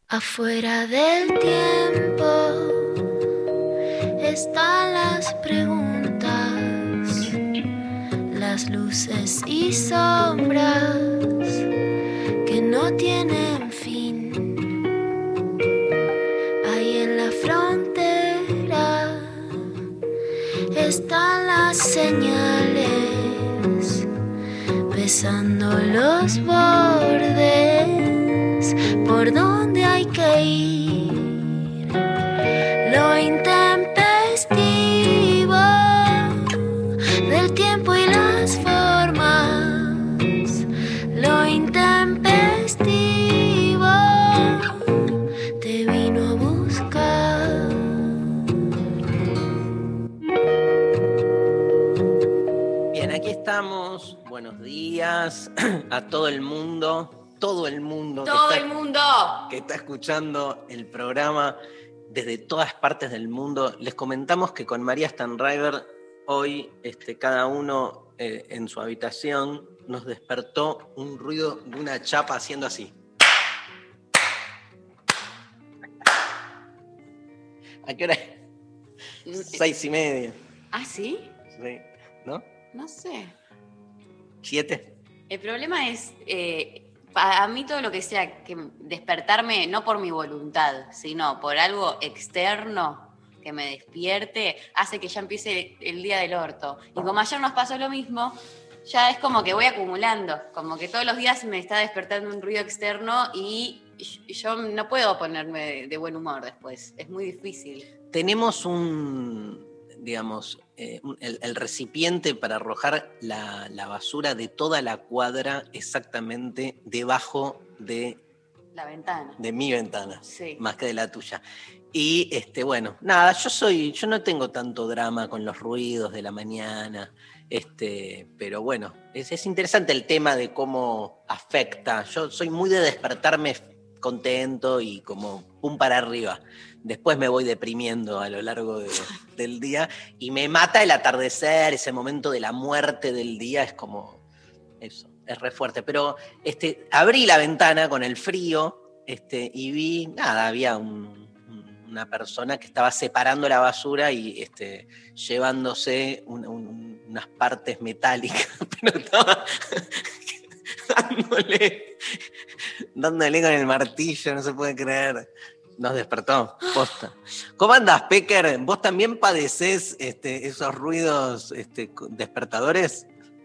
Afuera del tiempo están las preguntas, las luces y sombras que no tienen fin. Ahí en la frontera están las señales, besando los bordes por donde hay que ir. Lo intempestivo del tiempo y las formas. Lo intempestivo te vino a buscar. Bien, aquí estamos. Buenos días a todo el mundo. Todo el mundo que está escuchando el programa desde todas partes del mundo. Les comentamos que con María Stanriver hoy cada uno en su habitación nos despertó un ruido de una chapa haciendo así. ¿A qué hora es? 6:30. ¿Ah, sí? Sí. ¿No? No sé. 7. El problema es, para mí todo lo que sea que despertarme, no por mi voluntad, sino por algo externo que me despierte, hace que ya empiece el día del orto. Y como ayer nos pasó lo mismo, ya es como que voy acumulando, como que todos los días me está despertando un ruido externo y yo no puedo ponerme de buen humor después, es muy difícil. Tenemos el recipiente para arrojar la basura de toda la cuadra exactamente debajo de la ventana. De mi ventana, sí. Más que de la tuya. Y nada, yo no tengo tanto drama con los ruidos de la mañana, pero bueno, es interesante el tema de cómo afecta. Yo soy muy de despertarme contento y como pum para arriba. Después me voy deprimiendo a lo largo del día y me mata el atardecer, ese momento de la muerte del día, es como eso, es re fuerte. Pero abrí la ventana con el frío y vi, nada, había una persona que estaba separando la basura y llevándose unas partes metálicas, pero estaba dándole con el martillo, no se puede creer. Nos despertó, posta. ¿Cómo andás, Pecker? ¿Vos también padecés esos ruidos despertadores?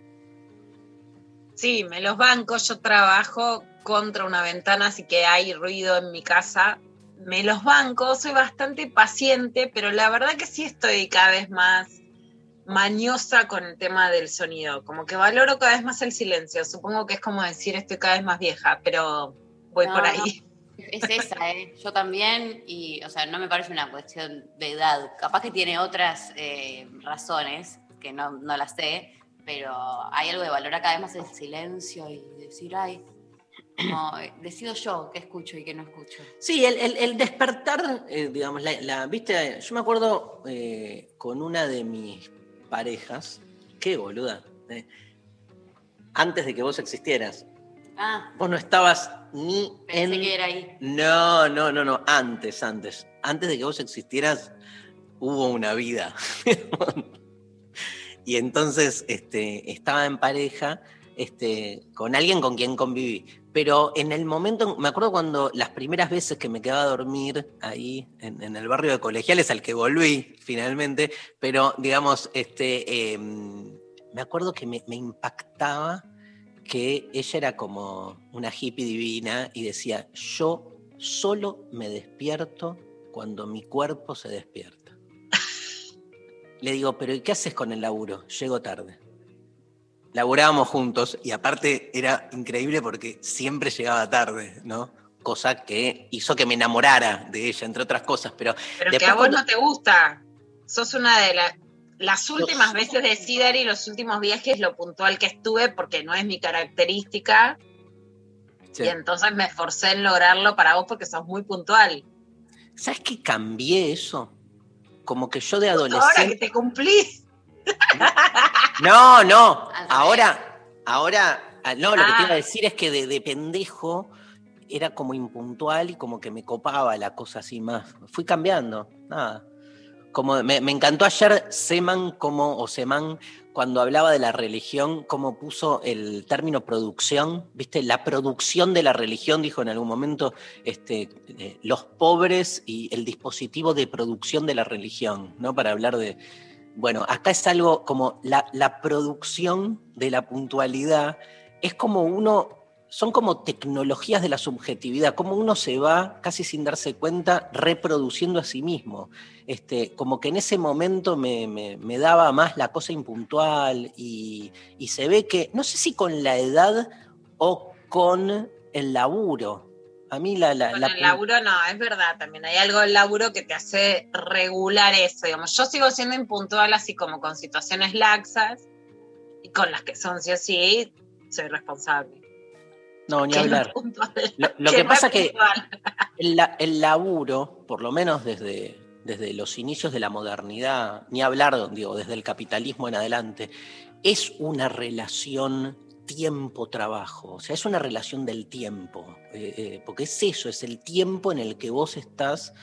Sí, me los banco. Yo trabajo contra una ventana, así que hay ruido en mi casa. Me los banco, soy bastante paciente, pero la verdad que sí estoy cada vez más mañosa con el tema del sonido. Como que valoro cada vez más el silencio. Supongo que es como decir estoy cada vez más vieja, pero voy por ahí. No. Es esa, yo también, y no me parece una cuestión de edad, capaz que tiene otras razones, que no las sé, pero hay algo de valorar cada vez más el silencio y decir, no, decido yo qué escucho y qué no escucho. Sí, el despertar, ¿viste? Yo me acuerdo con una de mis parejas, qué boluda, antes de que vos existieras. Vos no estabas Pensé que era ahí. No, antes de que vos existieras hubo una vida. Y entonces estaba en pareja con alguien con quien conviví. Pero en el momento, me acuerdo cuando las primeras veces que me quedaba a dormir ahí en el barrio de Colegiales, al que volví finalmente, pero digamos, me acuerdo que me impactaba que ella era como una hippie divina y decía, yo solo me despierto cuando mi cuerpo se despierta. Le digo, pero ¿y qué haces con el laburo? Llego tarde. Laburábamos juntos y aparte era increíble porque siempre llegaba tarde, ¿no? Cosa que hizo que me enamorara de ella, entre otras cosas. Pero que a vos no te gusta. Sos una de las últimas veces de Sidari, los últimos viajes, lo puntual que estuve, porque no es mi característica. Sí. Y entonces me esforcé en lograrlo para vos porque sos muy puntual. ¿Sabes qué cambié eso? Como que yo de adolescente... Ahora que te cumplís. No. Ahora, no, lo que te iba a decir es que de pendejo era como impuntual y como que me copaba la cosa así más. Fui cambiando, nada. Como me encantó ayer Seman cuando hablaba de la religión, cómo puso el término producción, ¿viste? La producción de la religión, dijo en algún momento, los pobres y el dispositivo de producción de la religión, ¿no? Para hablar de... Bueno, acá es algo como la producción de la puntualidad, es como son como tecnologías de la subjetividad, como uno se va, casi sin darse cuenta, reproduciendo a sí mismo. Como que en ese momento me daba más la cosa impuntual y se ve que, no sé si con la edad o con el laburo. A mí con el laburo no, es verdad, también hay algo del laburo que te hace regular eso, digamos. Yo sigo siendo impuntual así como con situaciones laxas y con las que son sí o sí, soy responsable. No, ni hablar. Lo que pasa que el laburo, por lo menos desde los inicios de la modernidad, ni hablar, digo, desde el capitalismo en adelante, es una relación tiempo-trabajo, o sea, es una relación del tiempo, porque es eso, es el tiempo en el que vos estás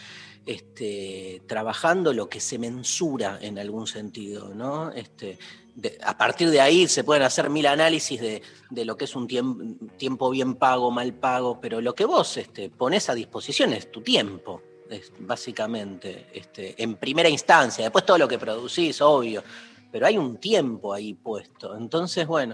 trabajando, lo que se mensura en algún sentido, ¿no? A partir de ahí se pueden hacer 1000 análisis de lo que es un tiempo bien pago, mal pago, pero lo que vos ponés a disposición es tu tiempo, básicamente, en primera instancia. Después todo lo que producís, obvio, pero hay un tiempo ahí puesto. Entonces, bueno...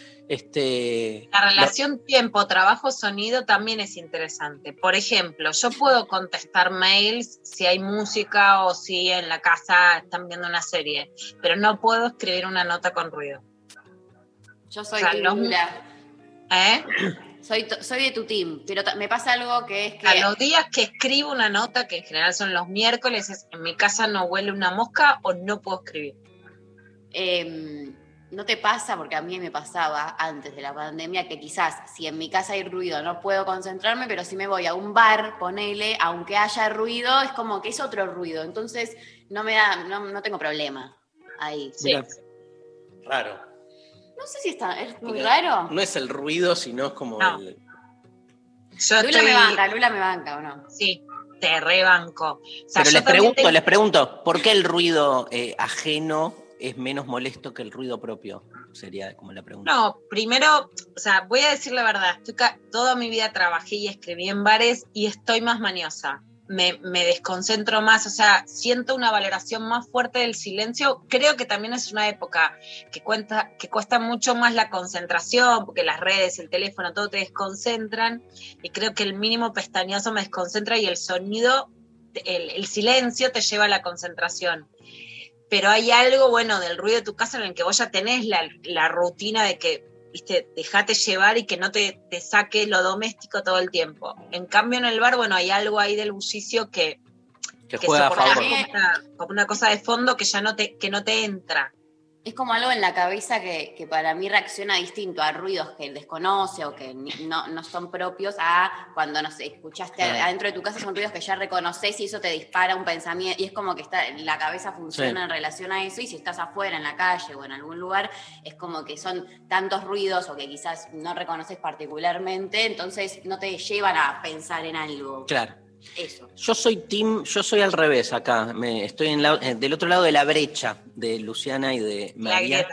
La relación tiempo, trabajo, sonido también es interesante. Por ejemplo, yo puedo contestar mails si hay música o si en la casa están viendo una serie, pero no puedo escribir una nota con ruido. Yo soy Lula. Soy de tu team, pero me pasa algo que es que... A los días que escribo una nota, que en general son los miércoles, en mi casa no huele una mosca o no puedo escribir. ¿No te pasa? Porque a mí me pasaba antes de la pandemia que quizás si en mi casa hay ruido no puedo concentrarme, pero si me voy a un bar, ponele, aunque haya ruido, es como que es otro ruido. Entonces no tengo problema ahí. Sí. Raro. No sé si es muy raro. No es el ruido, sino es como no. Lula me banca, ¿o no? Sí, te rebanco. O sea, pero les pregunto, ¿por qué el ruido ajeno es menos molesto que el ruido propio? Sería como la pregunta. No, primero, o sea, voy a decir la verdad, toda mi vida trabajé y escribí en bares y estoy más maniosa. Me desconcentro más, o sea, siento una valoración más fuerte del silencio. Creo que también es una época que cuesta mucho más la concentración, porque las redes, el teléfono, todo te desconcentran, y creo que el mínimo pestañazo me desconcentra y el sonido, el silencio te lleva a la concentración. Pero hay algo, bueno, del ruido de tu casa en el que vos ya tenés la rutina de que, viste, dejate llevar y que no te saque lo doméstico todo el tiempo. En cambio, en el bar, bueno, hay algo ahí del bullicio que juega a favor. Como una cosa de fondo que ya no te entra. Es como algo en la cabeza que para mí reacciona distinto a ruidos que desconoce o que no son propios a cuando, no sé, escuchaste adentro de tu casa, son ruidos que ya reconoces y eso te dispara un pensamiento. Y es como que la cabeza funciona en relación a eso, y si estás afuera, en la calle o en algún lugar, es como que son tantos ruidos o que quizás no reconoces particularmente, entonces no te llevan a pensar en algo. Claro. Eso. Yo soy al revés acá. Estoy del otro lado de la brecha de Luciana y de María.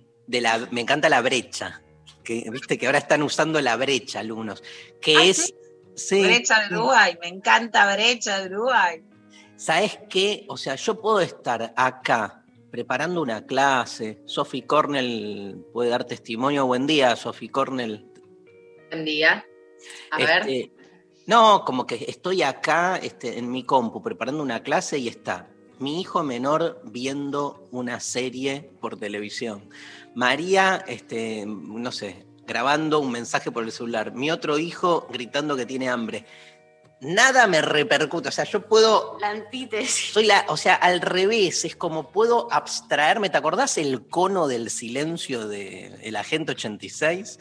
Me encanta la brecha. Que viste que ahora están usando la brecha algunos. Que es. Sí. Brecha de Uruguay, me encanta brecha de Uruguay. ¿Sabes qué? O sea, yo puedo estar acá preparando una clase. Sophie Cornell puede dar testimonio. Buen día, Sophie Cornell. Buen día. A ver. No, como que estoy acá en mi compu preparando una clase y está mi hijo menor viendo una serie por televisión. María, no sé, grabando un mensaje por el celular. Mi otro hijo gritando que tiene hambre. Nada me repercute, o sea, yo puedo... La antítesis. O sea, al revés, es como puedo abstraerme. ¿Te acordás el cono del silencio del Agente 86?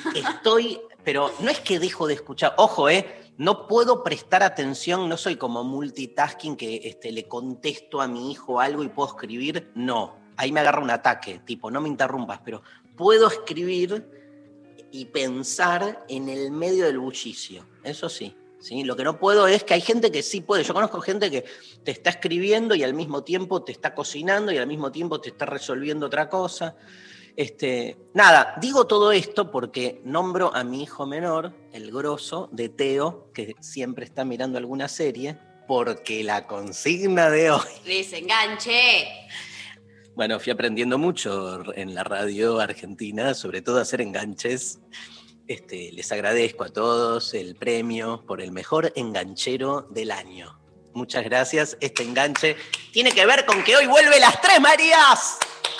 Pero no es que dejo de escuchar, ojo, no puedo prestar atención, no soy como multitasking que le contesto a mi hijo algo y puedo escribir, no, ahí me agarra un ataque, tipo, no me interrumpas, pero puedo escribir y pensar en el medio del bullicio, eso sí. ¿Sí? Lo que no puedo es que hay gente que sí puede. Yo conozco gente que te está escribiendo y al mismo tiempo te está cocinando y al mismo tiempo te está resolviendo otra cosa. Nada, digo todo esto porque nombro a mi hijo menor, el grosso, de Teo, que siempre está mirando alguna serie, porque la consigna de hoy... ¡Desenganche! Bueno, fui aprendiendo mucho en la radio argentina, sobre todo a hacer enganches. Les agradezco a todos el premio por el mejor enganchero del año. Muchas gracias. Este enganche tiene que ver con que hoy vuelve Las Tres Marías.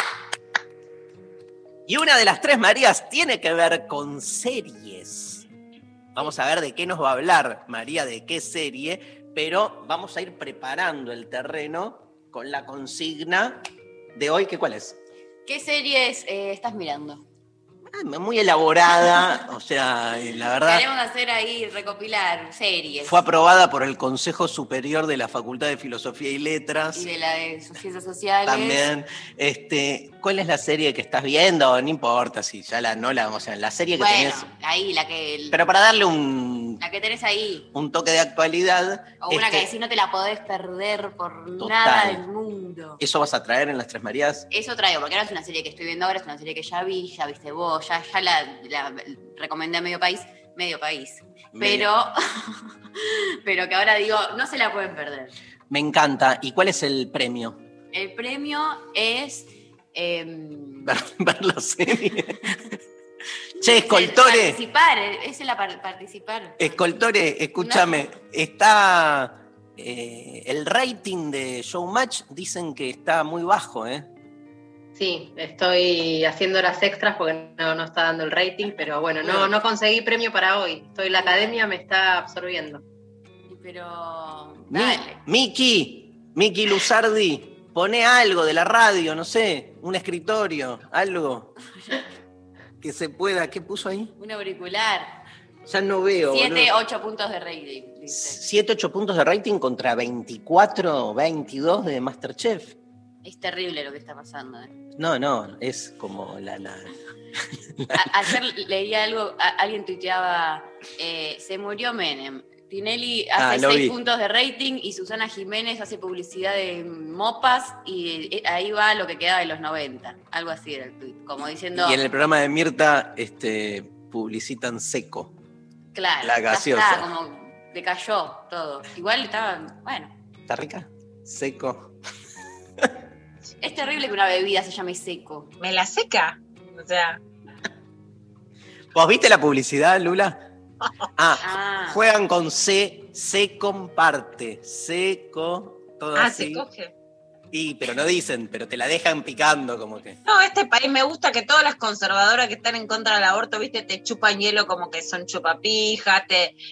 Y una de las Tres Marías tiene que ver con series. Vamos a ver de qué nos va a hablar María, de qué serie, pero vamos a ir preparando el terreno con la consigna de hoy. ¿Cuál es? ¿Qué series estás mirando? Muy elaborada, o sea, la verdad... Queremos hacer ahí, recopilar series. Fue aprobada por el Consejo Superior de la Facultad de Filosofía y Letras. Y de la de Ciencias Sociales. También. ¿Cuál es la serie que estás viendo? No importa si ya no la vamos a ver. La serie que tenés... ahí, la que... Pero para darle la que tenés ahí. Un toque de actualidad. O una que si no te la podés perder por total. Nada del mundo. ¿Eso vas a traer en Las Tres Marías? Eso traigo, porque ahora es una serie que estoy viendo ahora, es una serie que ya vi, ya viste vos, ya la recomendé a medio país, pero que ahora digo, no se la pueden perder. Me encanta. ¿Y cuál es el premio? El premio es... ver la serie. Che, Escoltore. Participar. Escoltore, escúchame, está... el rating de Showmatch dicen que está muy bajo, ¿eh? Sí, estoy haciendo horas extras porque no está dando el rating, pero bueno, no conseguí premio para hoy. La academia me está absorbiendo. Pero... Dale. Miki Luzardi, pone algo de la radio, no sé, un escritorio, algo que se pueda. ¿Qué puso ahí? Un auricular. Ya no veo. 7-8 puntos de rating, dice. 7-8 puntos de rating contra 24-22 de MasterChef. Es terrible lo que está pasando. No, es como la... Ayer leía algo, alguien tuiteaba, se murió Menem. Tinelli hace 6 puntos de rating y Susana Jiménez hace publicidad de mopas y ahí va lo que quedaba de los 90. Algo así era el tuit, como diciendo... Y en el programa de Mirta publicitan Seco. Claro, la gaseosa. Está, como decayó todo. Igual estaba, bueno. ¿Está rica? Seco. Es terrible que una bebida se llame Seco. ¿Me la seca? O sea... ¿Vos viste la publicidad, Lula? Juegan con se comparte, seco, todo así. Se coge. Pero no dicen, pero te la dejan picando como que. No, este país me gusta que todas las conservadoras que están en contra del aborto, viste, te chupan hielo como que son chupapijas,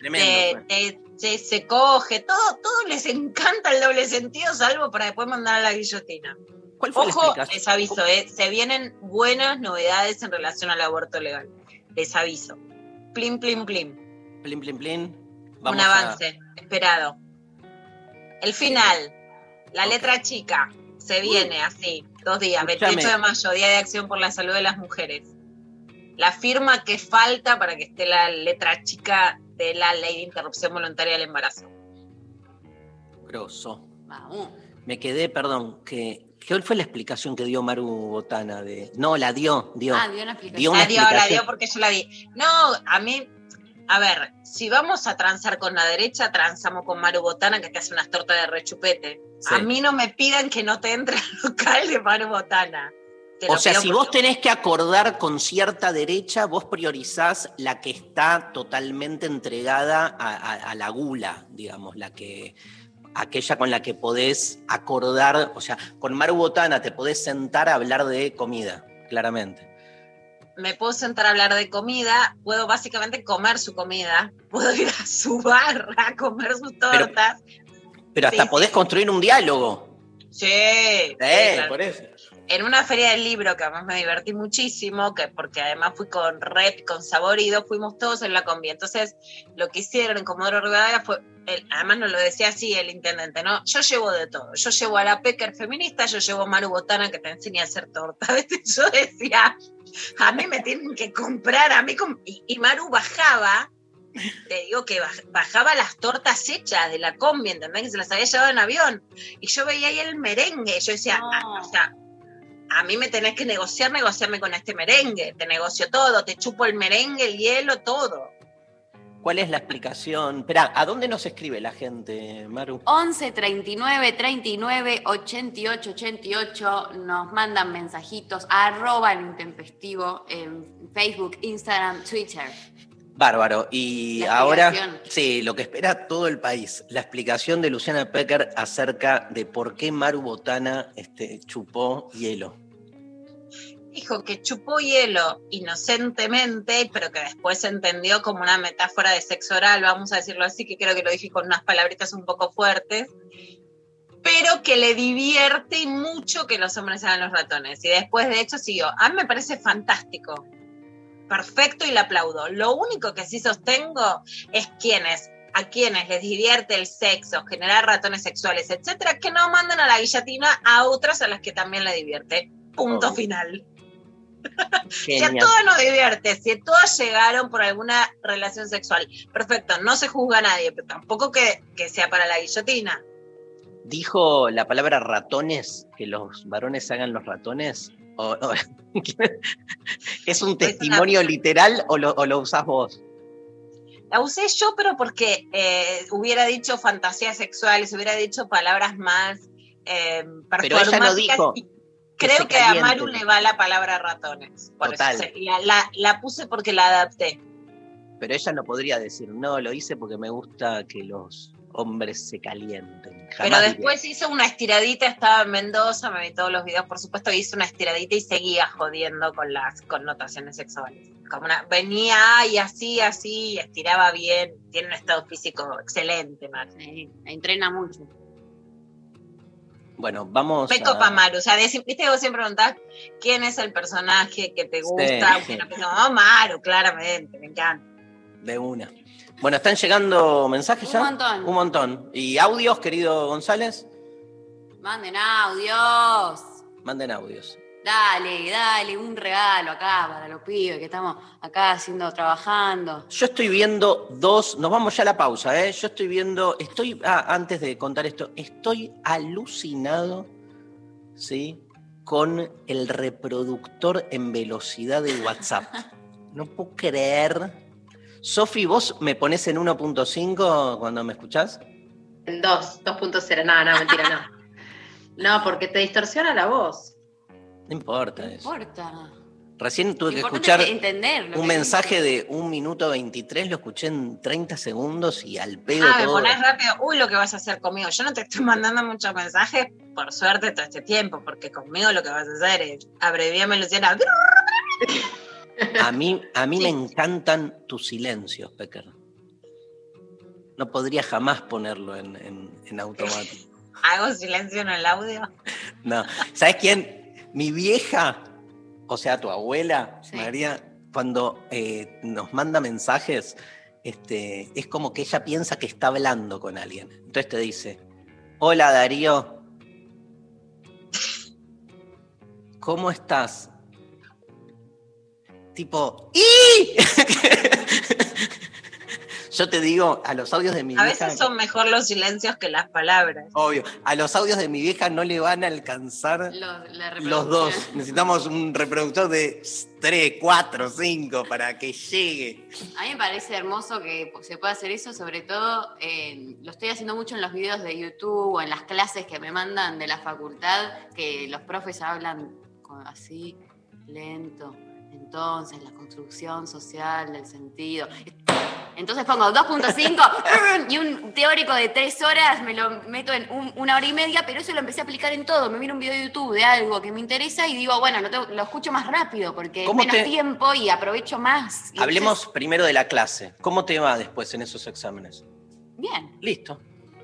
se coge, todo les encanta el doble sentido, salvo para después mandar a la guillotina. ¿Cuál fue Ojo, la les aviso, se vienen buenas novedades en relación al aborto legal. Les aviso. Plim, plim, plim. Plim, plim, plim. Un avance esperado. El final, la letra chica, se viene así, 2 días, 28 de mayo, Día de Acción por la Salud de las Mujeres. La firma que falta para que esté la letra chica de la Ley de Interrupción Voluntaria del Embarazo. Grosso. Vamos. Me quedé, perdón, ¿cuál fue la explicación que dio Maru Botana? No, la dio. Dio una explicación. La dio porque yo la di. No, a mí, a ver, si vamos a transar con la derecha, transamos con Maru Botana, que te hace unas tortas de rechupete. Sí. A mí no me pidan que no te entre al local de Maru Botana. O sea, si vos tenés que acordar con cierta derecha, vos priorizás la que está totalmente entregada a la gula, digamos, aquella con la que podés acordar, o sea, con Maru Botana te podés sentar a hablar de comida, claramente. Me puedo sentar a hablar de comida, puedo básicamente comer su comida, puedo ir a su barra a comer sus tortas. Pero hasta podés construir un diálogo. Sí, claro. Por eso. En una feria del libro, que además me divertí muchísimo, porque además fui con Red, con Saborido, fuimos todos en la combi. Entonces, lo que hicieron en Comodoro Rivadavia fue, además nos lo decía así el intendente, ¿no? Yo llevo de todo. Yo llevo a la Pecker feminista, yo llevo a Maru Botana que te enseña a hacer torta. ¿Viste? Yo decía, a mí me tienen que comprar, a mí y Maru bajaba. Te digo que bajaba las tortas hechas de la combi, ¿entendés? Que se las había llevado en avión. Y yo veía ahí el merengue. Yo decía, o sea, a mí me tenés que negociarme con este merengue. Te negocio todo, te chupo el merengue, el hielo, todo. ¿Cuál es la explicación? Espera, ¿a dónde nos escribe la gente, Maru? 11 39 39 88 88 nos mandan mensajitos, @el intempestivo en Facebook, Instagram, Twitter. Bárbaro. Y ahora, sí, lo que espera todo el país, la explicación de Luciana Pecker acerca de por qué Maru Botana chupó hielo. Dijo que chupó hielo inocentemente, pero que después se entendió como una metáfora de sexo oral, vamos a decirlo así, que creo que lo dije con unas palabritas un poco fuertes, pero que le divierte mucho que los hombres hagan los ratones. Y después, de hecho, siguió. A mí me parece fantástico. Perfecto y le aplaudo. Lo único que sí sostengo es a quienes les divierte el sexo, generar ratones sexuales, etcétera, que no manden a la guillotina a otras a las que también le divierte. Punto final. Si a todos nos divierte, si todos llegaron por alguna relación sexual, perfecto, no se juzga a nadie, pero tampoco que sea para la guillotina. ¿Dijo la palabra ratones, que los varones hagan los ratones? ¿Es un testimonio literal o lo usás vos? La usé yo, pero porque hubiera dicho fantasías sexuales, hubiera dicho palabras más performáticas. Pero ella no dijo. Creo que a Maru le va la palabra ratones. Por total. Eso la puse porque la adapté. Pero ella no podría decir, no, lo hice porque me gusta que los hombres se calienten. Jamás pero después hizo una estiradita, estaba en Mendoza, me vi todos los videos, por supuesto, hizo una estiradita y seguía jodiendo con las connotaciones sexuales. Venía y así, estiraba bien, tiene un estado físico excelente, Maru. Sí, entrena mucho. Bueno, vamos Peco pa' Maru, o sea, viste que vos siempre preguntás quién es el personaje que te gusta. Sí. Maru, claramente, me encanta. De una. Bueno, ¿están llegando mensajes ya? Un montón. ¿Y audios, querido González? Manden audios. Manden audios. Dale, un regalo acá para los pibes que estamos acá trabajando. Yo estoy viendo nos vamos ya a la pausa, ¿eh? Yo estoy viendo, antes de contar esto, estoy alucinado, ¿sí? Con el reproductor en velocidad de WhatsApp. No puedo creer. Sofi, ¿vos me ponés en 1.5 cuando me escuchás? En 2.0, no, mentira, no. No, porque te distorsiona la voz. No importa No eso. importa. Recién tuve que Importante escuchar entenderlo, un mensaje de 1 minuto 23, lo escuché en 30 segundos y al pedo me todo. ponés rápido, lo que vas a hacer conmigo. Yo no te estoy mandando muchos mensajes, por suerte, todo este tiempo, porque conmigo lo que vas a hacer es abreviarme, Luciana. A mí me encantan tus silencios, Pecker. No podría jamás ponerlo en automático. ¿Hago silencio en el audio? No. ¿Sabes quién? Mi vieja, o sea, tu abuela, sí. María, cuando nos manda mensajes, es como que ella piensa que está hablando con alguien. Entonces te dice, hola Darío, ¿cómo estás? Tipo, ¡y! Yo te digo, a los audios de mi vieja... A veces son mejor los silencios que las palabras. Obvio. A los audios de mi vieja no le van a alcanzar los dos. Necesitamos un reproductor de 3, 4, 5 para que llegue. A mí me parece hermoso que se pueda hacer eso, sobre todo lo estoy haciendo mucho en los videos de YouTube o en las clases que me mandan de la facultad, que los profes hablan así, lento. Entonces, la construcción social del sentido. Entonces pongo 2.5 y un teórico de 3 horas me lo meto en 1 hora y media, pero eso lo empecé a aplicar en todo. Me miro un video de YouTube de algo que me interesa y digo, bueno, lo escucho más rápido porque es menos tiempo y aprovecho más. Y hablemos primero de la clase. ¿Cómo te va después en esos exámenes? Bien. Listo.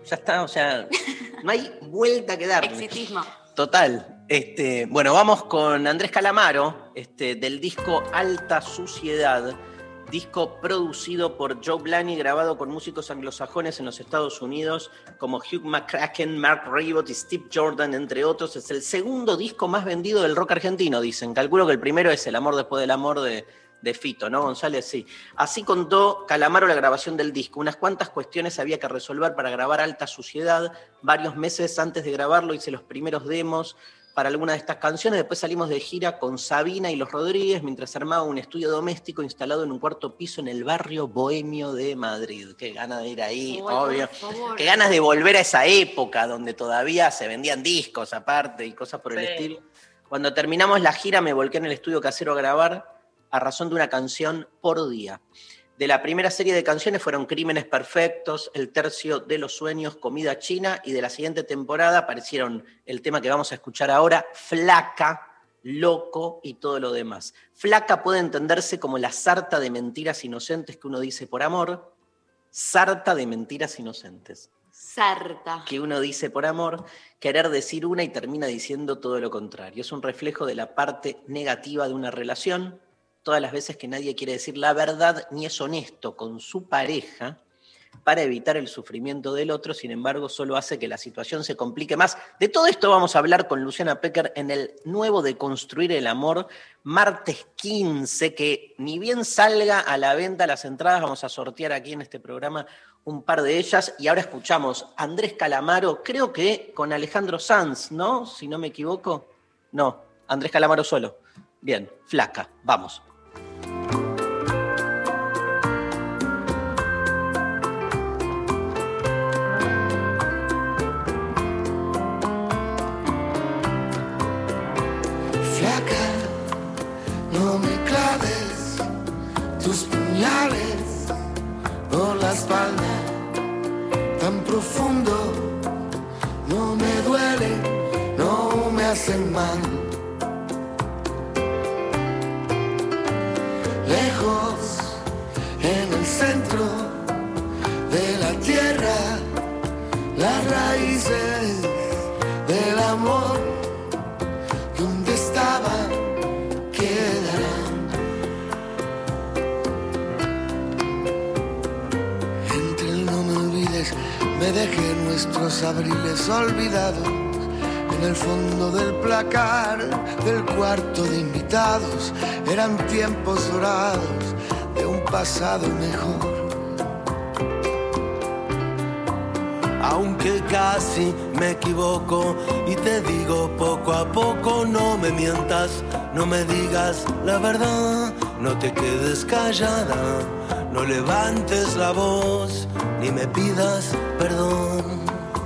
Ya está, o sea, no hay vuelta que darle. Exitismo. Total. Bueno, vamos con Andrés Calamaro, del disco Alta Suciedad, disco producido por Joe Blaney, grabado con músicos anglosajones en los Estados Unidos, como Hugh McCracken, Mark Ribot y Steve Jordan, entre otros. Es el segundo disco más vendido del rock argentino, dicen. Calculo que el primero es El amor después del amor de Fito, ¿no, González? Sí. Así contó Calamaro la grabación del disco. Unas cuantas cuestiones había que resolver para grabar Alta Suciedad. Varios meses antes de grabarlo hice los primeros demos para algunas de estas canciones. Después salimos de gira con Sabina y los Rodríguez mientras armaba un estudio doméstico instalado en un cuarto piso en el barrio bohemio de Madrid. Qué ganas de ir ahí, obvio. Qué ganas de volver a esa época donde todavía se vendían discos aparte y cosas por el estilo. Cuando terminamos la gira me volqué en el estudio casero a grabar a razón de una canción por día. De la primera serie de canciones fueron Crímenes Perfectos, El Tercio de los Sueños, Comida China, y de la siguiente temporada aparecieron el tema que vamos a escuchar ahora, Flaca, Loco y todo lo demás. Flaca puede entenderse como la sarta de mentiras inocentes que uno dice por amor, sarta de mentiras inocentes. Sarta. Que uno dice por amor, querer decir una y termina diciendo todo lo contrario. Es un reflejo de la parte negativa de una relación. Todas las veces que nadie quiere decir la verdad ni es honesto con su pareja para evitar el sufrimiento del otro, sin embargo, solo hace que la situación se complique más. De todo esto vamos a hablar con Luciana Pecker en el nuevo Deconstruir el Amor, martes 15, que ni bien salga a la venta las entradas, vamos a sortear aquí en este programa un par de ellas. Y ahora escuchamos a Andrés Calamaro, creo que con Alejandro Sanz, ¿no? Si no me equivoco. No, Andrés Calamaro solo. Bien, Flaca, vamos. No me claves tus puñales por la espalda tan profundo. No me duele, no me hacen mal. Lejos, en el centro de la tierra, las raíces del amor, donde estaban, quedarán. Entre el no me olvides, me dejé nuestros abriles olvidados en el fondo del placar del cuarto de invitados. Eran tiempos dorados de un pasado mejor. Aunque casi me equivoco y te digo poco a poco, no me mientas, no me digas la verdad, no te quedes callada, no levantes la voz, ni me pidas perdón.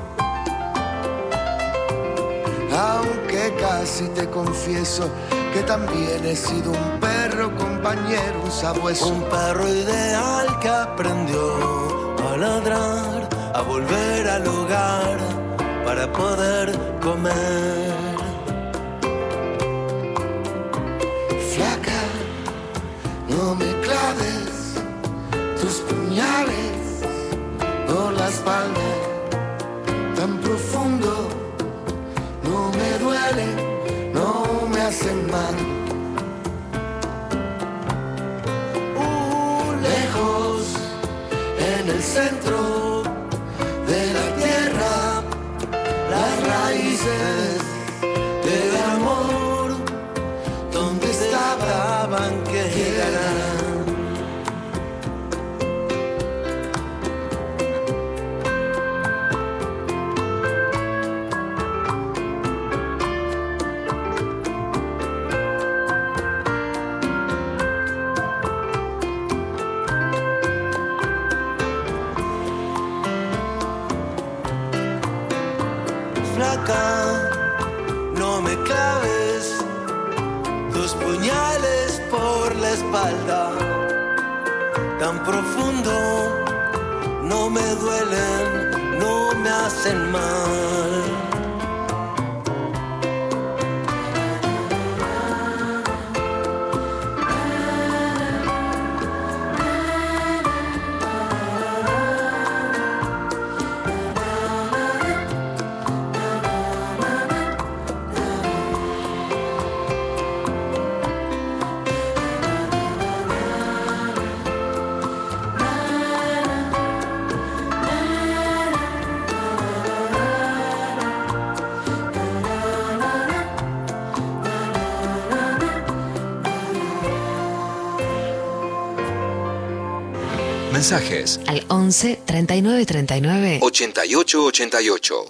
Aunque casi te confieso que también he sido un perro compañero, un sabueso, un perro ideal que aprendió a ladrar, a volver al hogar para poder comer. Flaca, no me claves tus puñales por la espalda tan profundo. No me duele, no me hacen mal. Lejos, en el centro de la tierra, las raíces del amor, donde estaban, quedarán. No me claves tus puñales por la espalda tan profundo, no me duelen, no me hacen mal. mensajes al 11 39 39 88 88.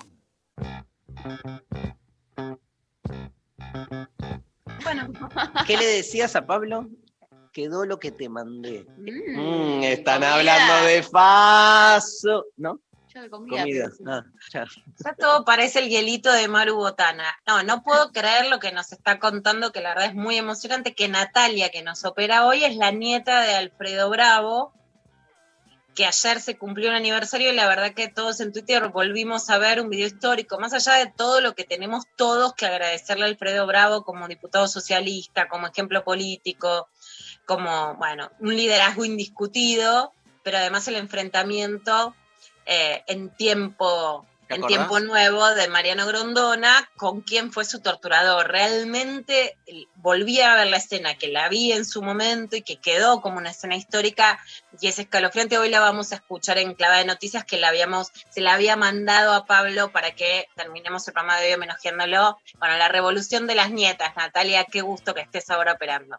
Bueno, ¿Qué le decías a Pablo? Quedó lo que te mandé. Están Comida. hablando de Faso. ¿No? Yo de comida. Comida. pensé. Ya. ya todo parece el hielito de Maru Botana. No puedo creer lo que nos está contando, que la verdad es muy emocionante, que Natalia, que nos opera hoy, es la nieta de Alfredo Bravo, que ayer se cumplió un aniversario y la verdad que todos en Twitter volvimos a ver un video histórico, más allá de todo lo que tenemos todos que agradecerle a Alfredo Bravo como diputado socialista, como ejemplo político, como, bueno, un liderazgo indiscutido, pero además el enfrentamiento en tiempo nuevo de Mariano Grondona, con quien fue su torturador. Realmente volví a ver la escena, que la vi en su momento y que quedó como una escena histórica, y es escalofriante. Hoy la vamos a escuchar en Clavada de Noticias, que se la había mandado a Pablo para que terminemos el programa de hoy homenajeándolo. Bueno, la revolución de las nietas. Natalia, qué gusto que estés ahora operando.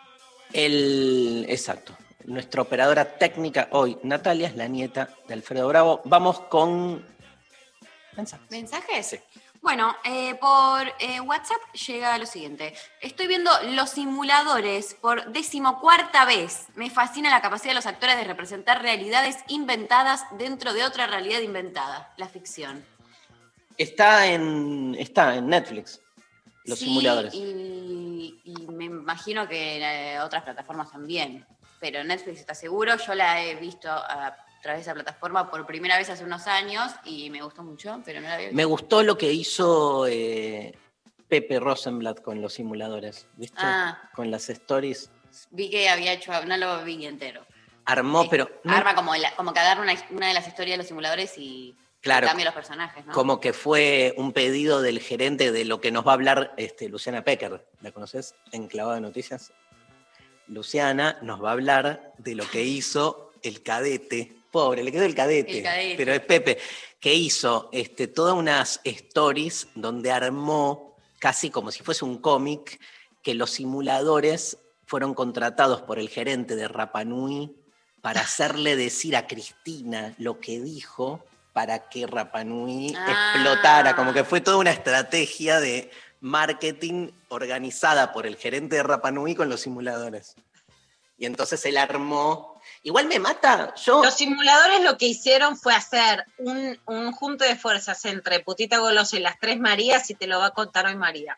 Exacto. Nuestra operadora técnica hoy, Natalia, es la nieta de Alfredo Bravo. Vamos con mensajes. ¿Mensajes? Sí. Bueno, por WhatsApp llega lo siguiente. Estoy viendo Los Simuladores por 14ª vez. Me fascina la capacidad de los actores de representar realidades inventadas dentro de otra realidad inventada, la ficción. Está en Netflix, Los Simuladores. Y me imagino que en otras plataformas también. Pero Netflix está seguro. Yo la he visto a través de esa plataforma por primera vez hace unos años y me gustó mucho, pero no la había visto. Me gustó lo que hizo Pepe Rosenblatt con Los Simuladores, ¿viste? Con las stories. Vi que había hecho, no lo vi entero. Armó, pero... Arma como que agarra una de las historias de Los Simuladores y claro, cambia los personajes, ¿no? Como que fue un pedido del gerente de lo que nos va a hablar Luciana Pecker. ¿La conoces? En Clavada de Noticias. Luciana nos va a hablar de lo que hizo el cadete. Pobre, le quedó el cadete. Pero es Pepe, que hizo todas unas stories donde armó, casi como si fuese un cómic, que los simuladores fueron contratados por el gerente de Rapa Nui para hacerle decir a Cristina lo que dijo para que Rapa Nui explotara. Como que fue toda una estrategia de marketing organizada por el gerente de Rapa Nui con los simuladores. Y entonces él armó... Igual me mata, Los simuladores lo que hicieron fue hacer un junte de fuerzas entre Putita Golosa y las Tres Marías, y te lo va a contar hoy María.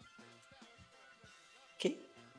¿Qué?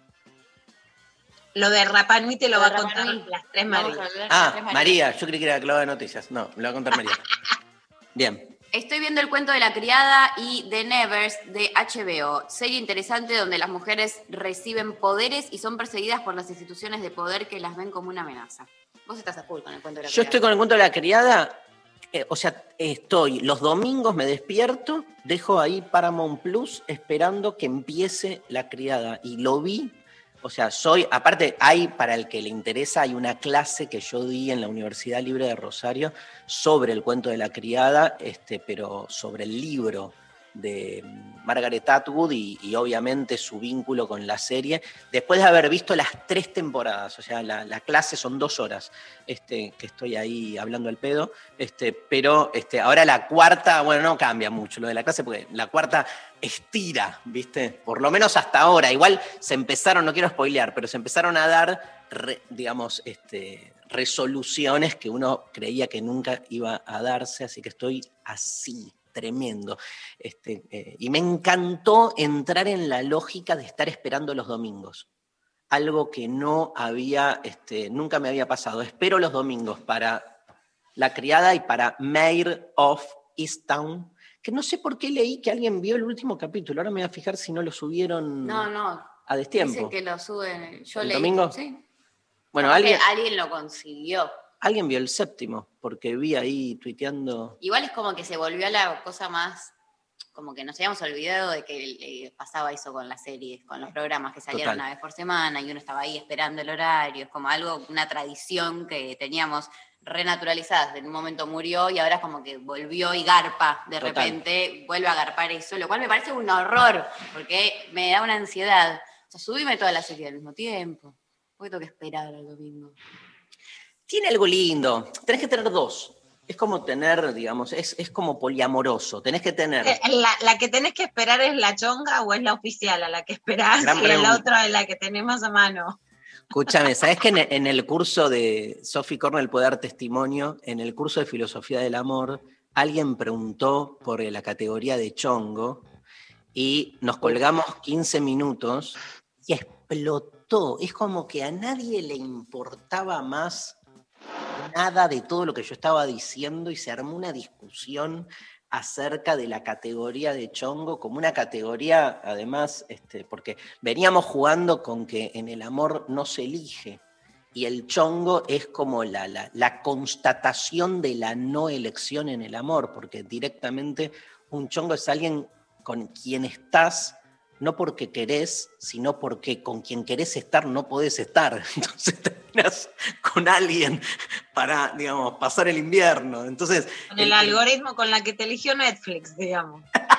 Lo de Rapa Nui te lo va a contar las Tres Marías. María, yo creí que era Clavada de Noticias. No, me lo va a contar María. Bien. Estoy viendo El Cuento de la Criada y The Nevers de HBO, serie interesante donde las mujeres reciben poderes y son perseguidas por las instituciones de poder que las ven como una amenaza. Vos estás a full con El Cuento de la Criada. Yo estoy con El Cuento de la Criada, los domingos me despierto, dejo ahí Paramount Plus esperando que empiece La Criada, y lo vi. Aparte, para el que le interesa, hay una clase que yo di en la Universidad Libre de Rosario sobre El Cuento de la Criada, pero sobre el libro de Margaret Atwood y obviamente su vínculo con la serie, después de haber visto las 3 temporadas. La clase son 2 horas, que estoy ahí hablando al pedo, pero ahora la cuarta, bueno, no cambia mucho lo de la clase, porque la cuarta estira, ¿viste? Por lo menos hasta ahora. Igual se empezaron, no quiero spoilear, pero se empezaron a dar, resoluciones que uno creía que nunca iba a darse, así que estoy así, tremendo. Y me encantó entrar en la lógica de estar esperando los domingos. Algo que no había, nunca me había pasado. Espero los domingos para La Criada y para Mayor of Easttown, que no sé por qué leí que alguien vio el último capítulo. Ahora me voy a fijar si no lo subieron a destiempo. Dicen que lo suben. Yo ¿El leí. domingo? Sí. Bueno, alguien lo consiguió. Alguien vio el 7º, porque vi ahí tuiteando. Igual es como que se volvió a la cosa más, como que nos habíamos olvidado de que pasaba eso con las series, con los programas que salían una vez por semana y uno estaba ahí esperando el horario. Es como una tradición que teníamos renaturalizadas. En un momento murió y ahora es como que volvió y garpa. De repente vuelve a garpar eso, lo cual me parece un horror, porque me da una ansiedad. Subime toda la serie al mismo tiempo. ¿Por qué tengo que esperar al domingo? Tiene algo lindo. Tenés que tener dos. Es como tener, digamos, es como poliamoroso. Tenés que tener. ¿La que tenés que esperar es la chonga o es la oficial a la que esperás Gran y la pregunta. otra es la que tenemos a mano? Escúchame, ¿sabés que en el curso de Sophie Cornell puede dar testimonio? En el curso de Filosofía del Amor, alguien preguntó por la categoría de chongo y nos colgamos 15 minutos y explotó. Es como que a nadie le importaba más nada de todo lo que yo estaba diciendo y se armó una discusión acerca de la categoría de chongo como una categoría, además, porque veníamos jugando con que en el amor no se elige y el chongo es como la constatación de la no elección en el amor, porque directamente un chongo es alguien con quien estás no porque querés, sino porque con quien querés estar no podés estar. Entonces terminás con alguien para, digamos, pasar el invierno. Entonces, Con el algoritmo con la que te eligió Netflix, digamos.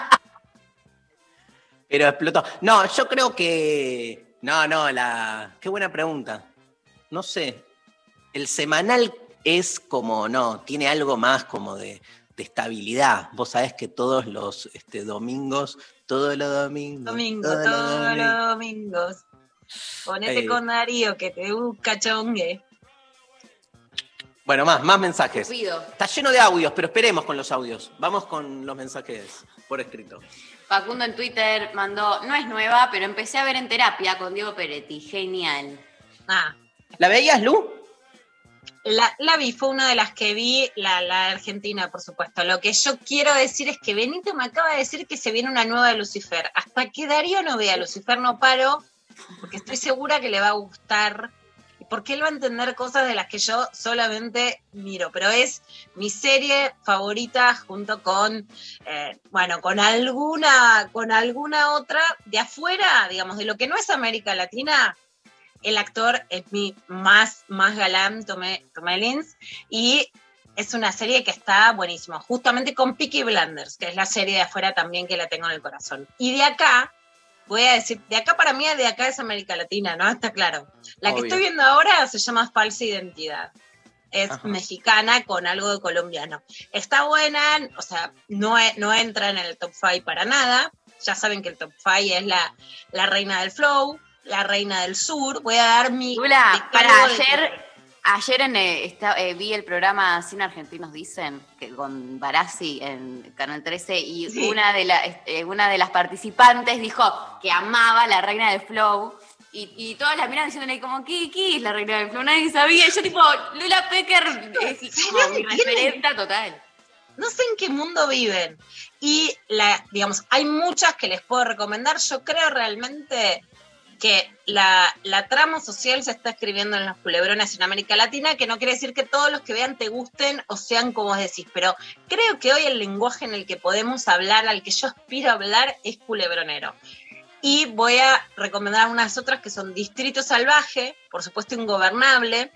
Pero explotó. No, yo creo que... qué buena pregunta. No sé. El semanal es como, tiene algo más como de estabilidad. Vos sabés que todos los domingos, todos los domingos. Todos los domingos. Ponete con Darío que te busca chongue. Bueno, más mensajes. Cupido. Está lleno de audios, pero esperemos con los audios. Vamos con los mensajes por escrito. Facundo en Twitter mandó, no es nueva, pero empecé a ver en terapia con Diego Peretti. Genial. ¿La veías, Lu? La vi, fue una de las que vi, la Argentina, por supuesto. Lo que yo quiero decir es que Benito me acaba de decir que se viene una nueva de Lucifer. Hasta que Darío no vea Lucifer no paro, porque estoy segura que le va a gustar, porque él va a entender cosas de las que yo solamente miro, pero es mi serie favorita junto con, con alguna otra de afuera, digamos, de lo que no es América Latina. El actor es mi más galán, Tomé Lins, y es una serie que está buenísima, justamente con Peaky Blinders, que es la serie de afuera también que la tengo en el corazón. Y de acá, voy a decir, de acá para mí, de acá es América Latina, ¿no? Está claro. La Obvio. que estoy viendo ahora se llama Falsa Identidad. Es Ajá. mexicana con algo de colombiano. Está buena, o sea, no entra en el top 5 para nada. Ya saben que el top 5 es la reina del flow, la reina del sur. Voy a dar mi... Lula, decálogo ayer vi el programa Cine Argentinos Dicen, que con Barassi en Canal 13, y Sí. una de las participantes dijo que amaba la reina del flow, y todas la miran diciéndole como, ¿qué es la reina del flow? Nadie sabía. Y yo tipo, Lula Pecker es como mi referenta total. No sé en qué mundo viven. Y, digamos, hay muchas que les puedo recomendar. Yo creo realmente que la trama social se está escribiendo en los culebrones en América Latina, que no quiere decir que todos los que vean te gusten o sean como vos decís, pero creo que hoy el lenguaje en el que podemos hablar, al que yo aspiro a hablar, es culebronero. Y voy a recomendar unas otras que son Distrito Salvaje, por supuesto Ingobernable,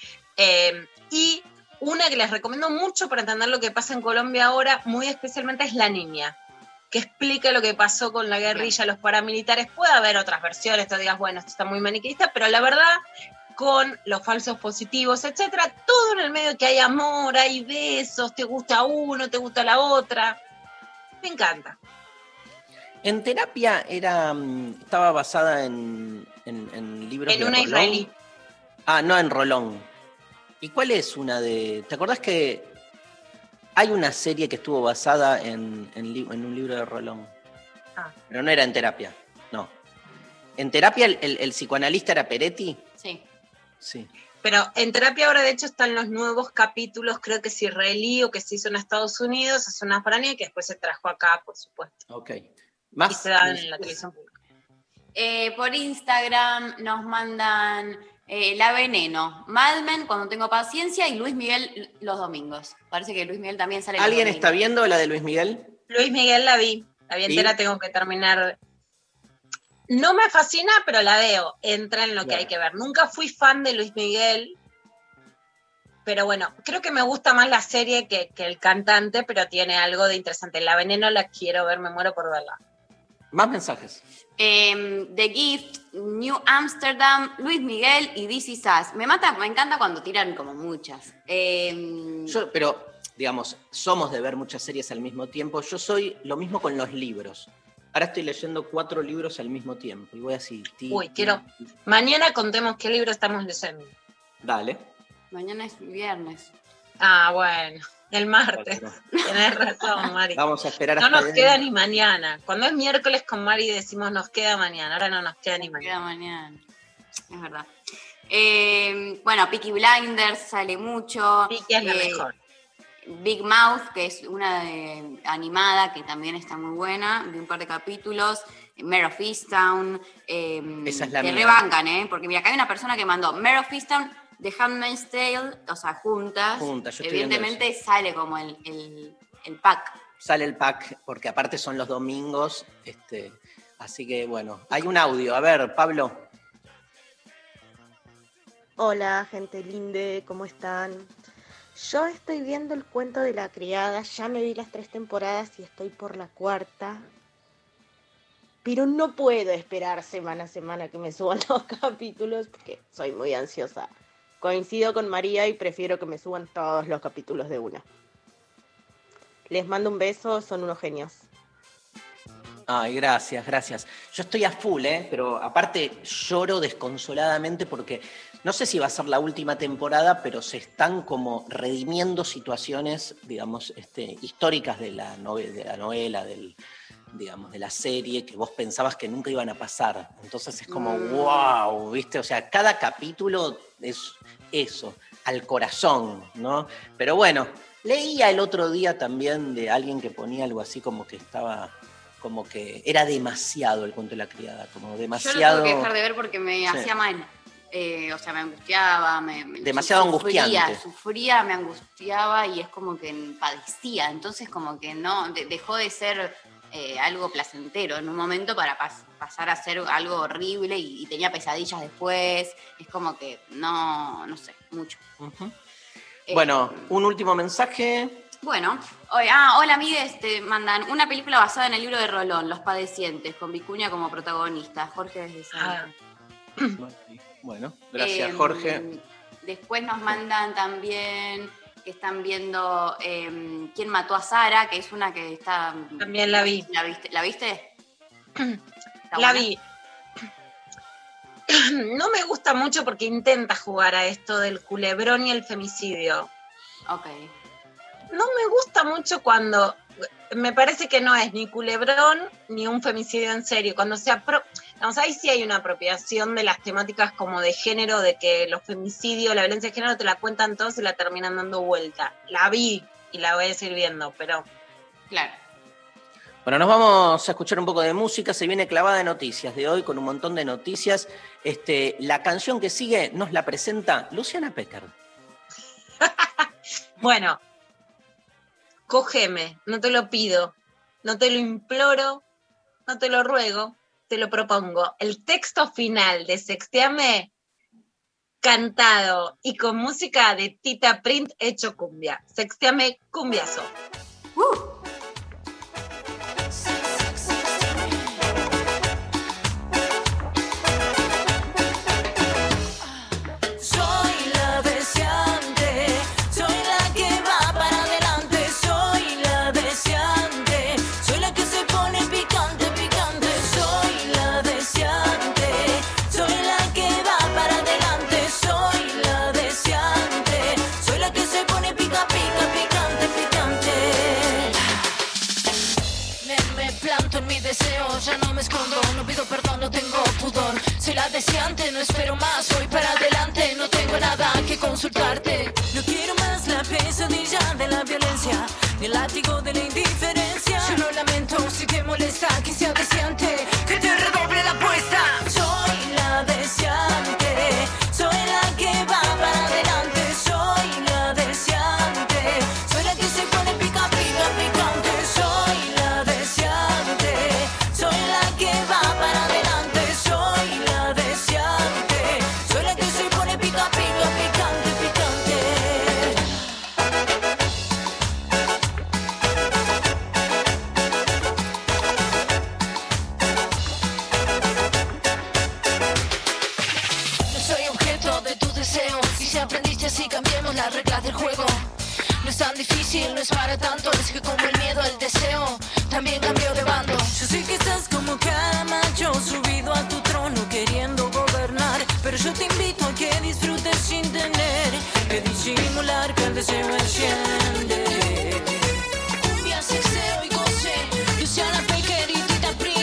y una que les recomiendo mucho para entender lo que pasa en Colombia ahora, muy especialmente, es La Niña, que explica lo que pasó con la guerrilla, los paramilitares. Puede haber otras versiones, tú digas, bueno, esto está muy maniqueísta, pero la verdad, con los falsos positivos, etcétera, todo en el medio que hay amor, hay besos, te gusta uno, te gusta la otra. Me encanta. En terapia estaba basada en libros En de una Rolón. israelí. Ah, no, en Rolón. ¿Y cuál es una de...? ¿Te acordás que hay una serie que estuvo basada en un libro de Rolón? Ah. Pero no era en terapia, no. ¿En terapia el psicoanalista era Peretti? Sí. Sí. Pero en terapia ahora, de hecho, están los nuevos capítulos, creo que es israelí o que se hizo en Estados Unidos, es una franía que después se trajo acá, por supuesto. Ok. Y Más. se dan en la televisión pública. Por Instagram nos mandan La Veneno, Mad Men cuando tengo paciencia y Luis Miguel los domingos. Parece que Luis Miguel también sale los ¿Alguien domingos. está viendo la de Luis Miguel? Luis Miguel la vi entera, tengo que terminar. No me fascina, pero la veo, entra en lo que Claro. hay que ver. Nunca fui fan de Luis Miguel, pero bueno, creo que me gusta más la serie que el cantante, pero tiene algo de interesante. La Veneno la quiero ver, me muero por verla. Más mensajes. The Gift, New Amsterdam, Luis Miguel y This Is Us. Me encanta cuando tiran como muchas. Pero, digamos, somos de ver muchas series al mismo tiempo. Yo soy lo mismo con los libros. Ahora estoy leyendo 4 libros al mismo tiempo. Y voy así. Mañana contemos qué libro estamos leyendo. Dale. Mañana es viernes. Ah, bueno. El martes. Tenés razón, Mari. Vamos a esperar No hasta nos queda ni mañana. Cuando es miércoles con Mari decimos nos queda mañana. Ahora no nos queda ni mañana. Queda mañana. Es verdad. Bueno, Peaky Blinders sale mucho. Peaky es la mejor. Big Mouth, que es una animada que también está muy buena, de un par de capítulos. Mare of Easttown. Esa es la que mía. rebancan, porque mira, acá hay una persona que mandó Mare of Easttown, The Handmaid's Tale, o sea, juntas. Yo estoy viendo Evidentemente sale como el pack. Sale el pack, porque aparte son los domingos. Así que bueno, hay un audio. A ver, Pablo. Hola, gente linde, ¿cómo están? Yo estoy viendo El cuento de la criada, ya me vi las 3 temporadas y estoy por la 4ª. Pero no puedo esperar semana a semana que me suban los capítulos porque soy muy ansiosa. Coincido con María y prefiero que me suban todos los capítulos de una. Les mando un beso, son unos genios. Ay, gracias. Yo estoy a full, pero aparte lloro desconsoladamente porque no sé si va a ser la última temporada, pero se están como redimiendo situaciones, digamos, históricas de la novela, digamos, de la serie, que vos pensabas que nunca iban a pasar. Entonces es como, wow, ¿viste? O sea, cada capítulo es eso, al corazón, ¿no? Pero bueno, leía el otro día también de alguien que ponía algo así como que estaba... como que era demasiado El cuento de la criada, como demasiado... Yo lo tuve que dejar de ver porque me hacía mal. O sea, me angustiaba. Demasiado angustiante. Sufría, me angustiaba y es como que padecía. Entonces como que no, dejó de ser algo placentero en un momento para pasar a ser algo horrible y tenía pesadillas después. Es como que no sé, mucho. Uh-huh. Bueno, un último mensaje... Bueno, hola amigues, te mandan una película basada en el libro de Rolón, Los Padecientes, con Vicuña como protagonista, Jorge desde Salta. Bueno, gracias Jorge. Después nos mandan también que están viendo ¿Quién mató a Sara? Que es una que está... También la vi. ¿La viste? La vi. No me gusta mucho porque intenta jugar a esto del culebrón y el femicidio. Ok. No me gusta mucho cuando me parece que no es ni culebrón ni un femicidio en serio. Cuando ahí sí hay una apropiación de las temáticas como de género, de que los femicidios, la violencia de género te la cuentan todos y la terminan dando vuelta. La vi y la voy a seguir viendo, pero... Claro. Bueno, nos vamos a escuchar un poco de música. Se viene Clavada de Noticias de hoy con un montón de noticias. La canción que sigue nos la presenta Luciana Pecker. Bueno... Cógeme, no te lo pido, no te lo imploro, no te lo ruego, te lo propongo. El texto final de Sexteame, cantado y con música de Tita Print hecho cumbia. Sexteame cumbiazo. Ya no me escondo, no pido perdón, no tengo pudor. Soy la deseante, no espero más, voy para adelante, no tengo nada que consultarte. No quiero más la pesadilla de la violencia, ni el látigo de la indiferencia. Yo no lamento si te molesta que sea deseante, que te redoble la apuesta. Soy la deseante, soy la que va para adelante. Soy la deseante, soy la que se pone pica, pica, picante. Soy la deseante, soy la que va para adelante, soy la deseante, soy la que se pone pica, pica, picante, picante. no es para tanto. Es que como el miedo al deseo también cambió de bando. Yo sé que estás como cada macho subido a tu trono queriendo gobernar, pero yo te invito a que disfrutes sin tener que disimular que el deseo enciende. Cumbia, sexeo y goce, Luciana Pecker y Tita Prim.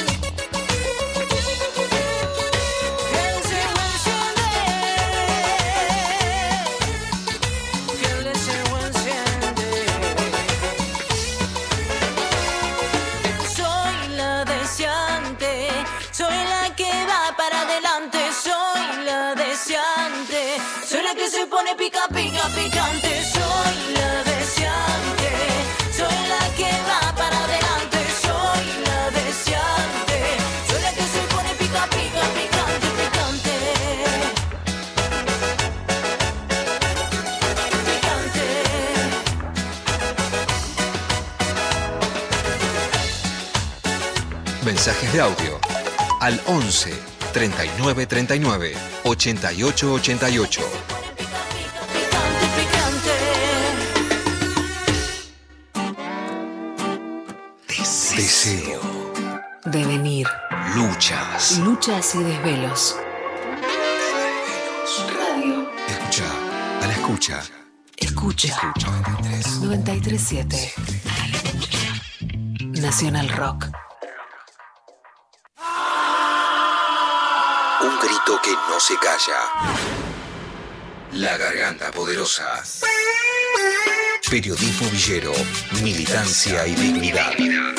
Soy la que se pone pica, pica, picante. Soy la deseante. Soy la que va para adelante. Soy la deseante. Soy la que se pone pica, pica, picante, picante. Picante. Mensajes de audio al 11 39 39 88 88. Deseo. Devenir. Luchas. Luchas y desvelos. Radio. Escucha. A la escucha. Escucha. 93.7. Nacional Rock. Un grito que no se calla. La Garganta Poderosa. Periodismo villero, militancia y dignidad.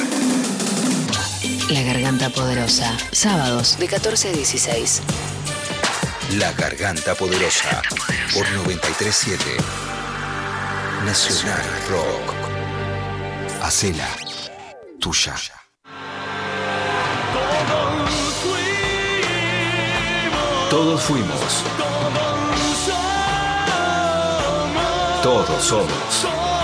La Garganta Poderosa. Sábados de 14 a 16. La Garganta Poderosa. Por 93.7. Nacional Rock. Hacela tuya. Todos fuimos. Todos somos.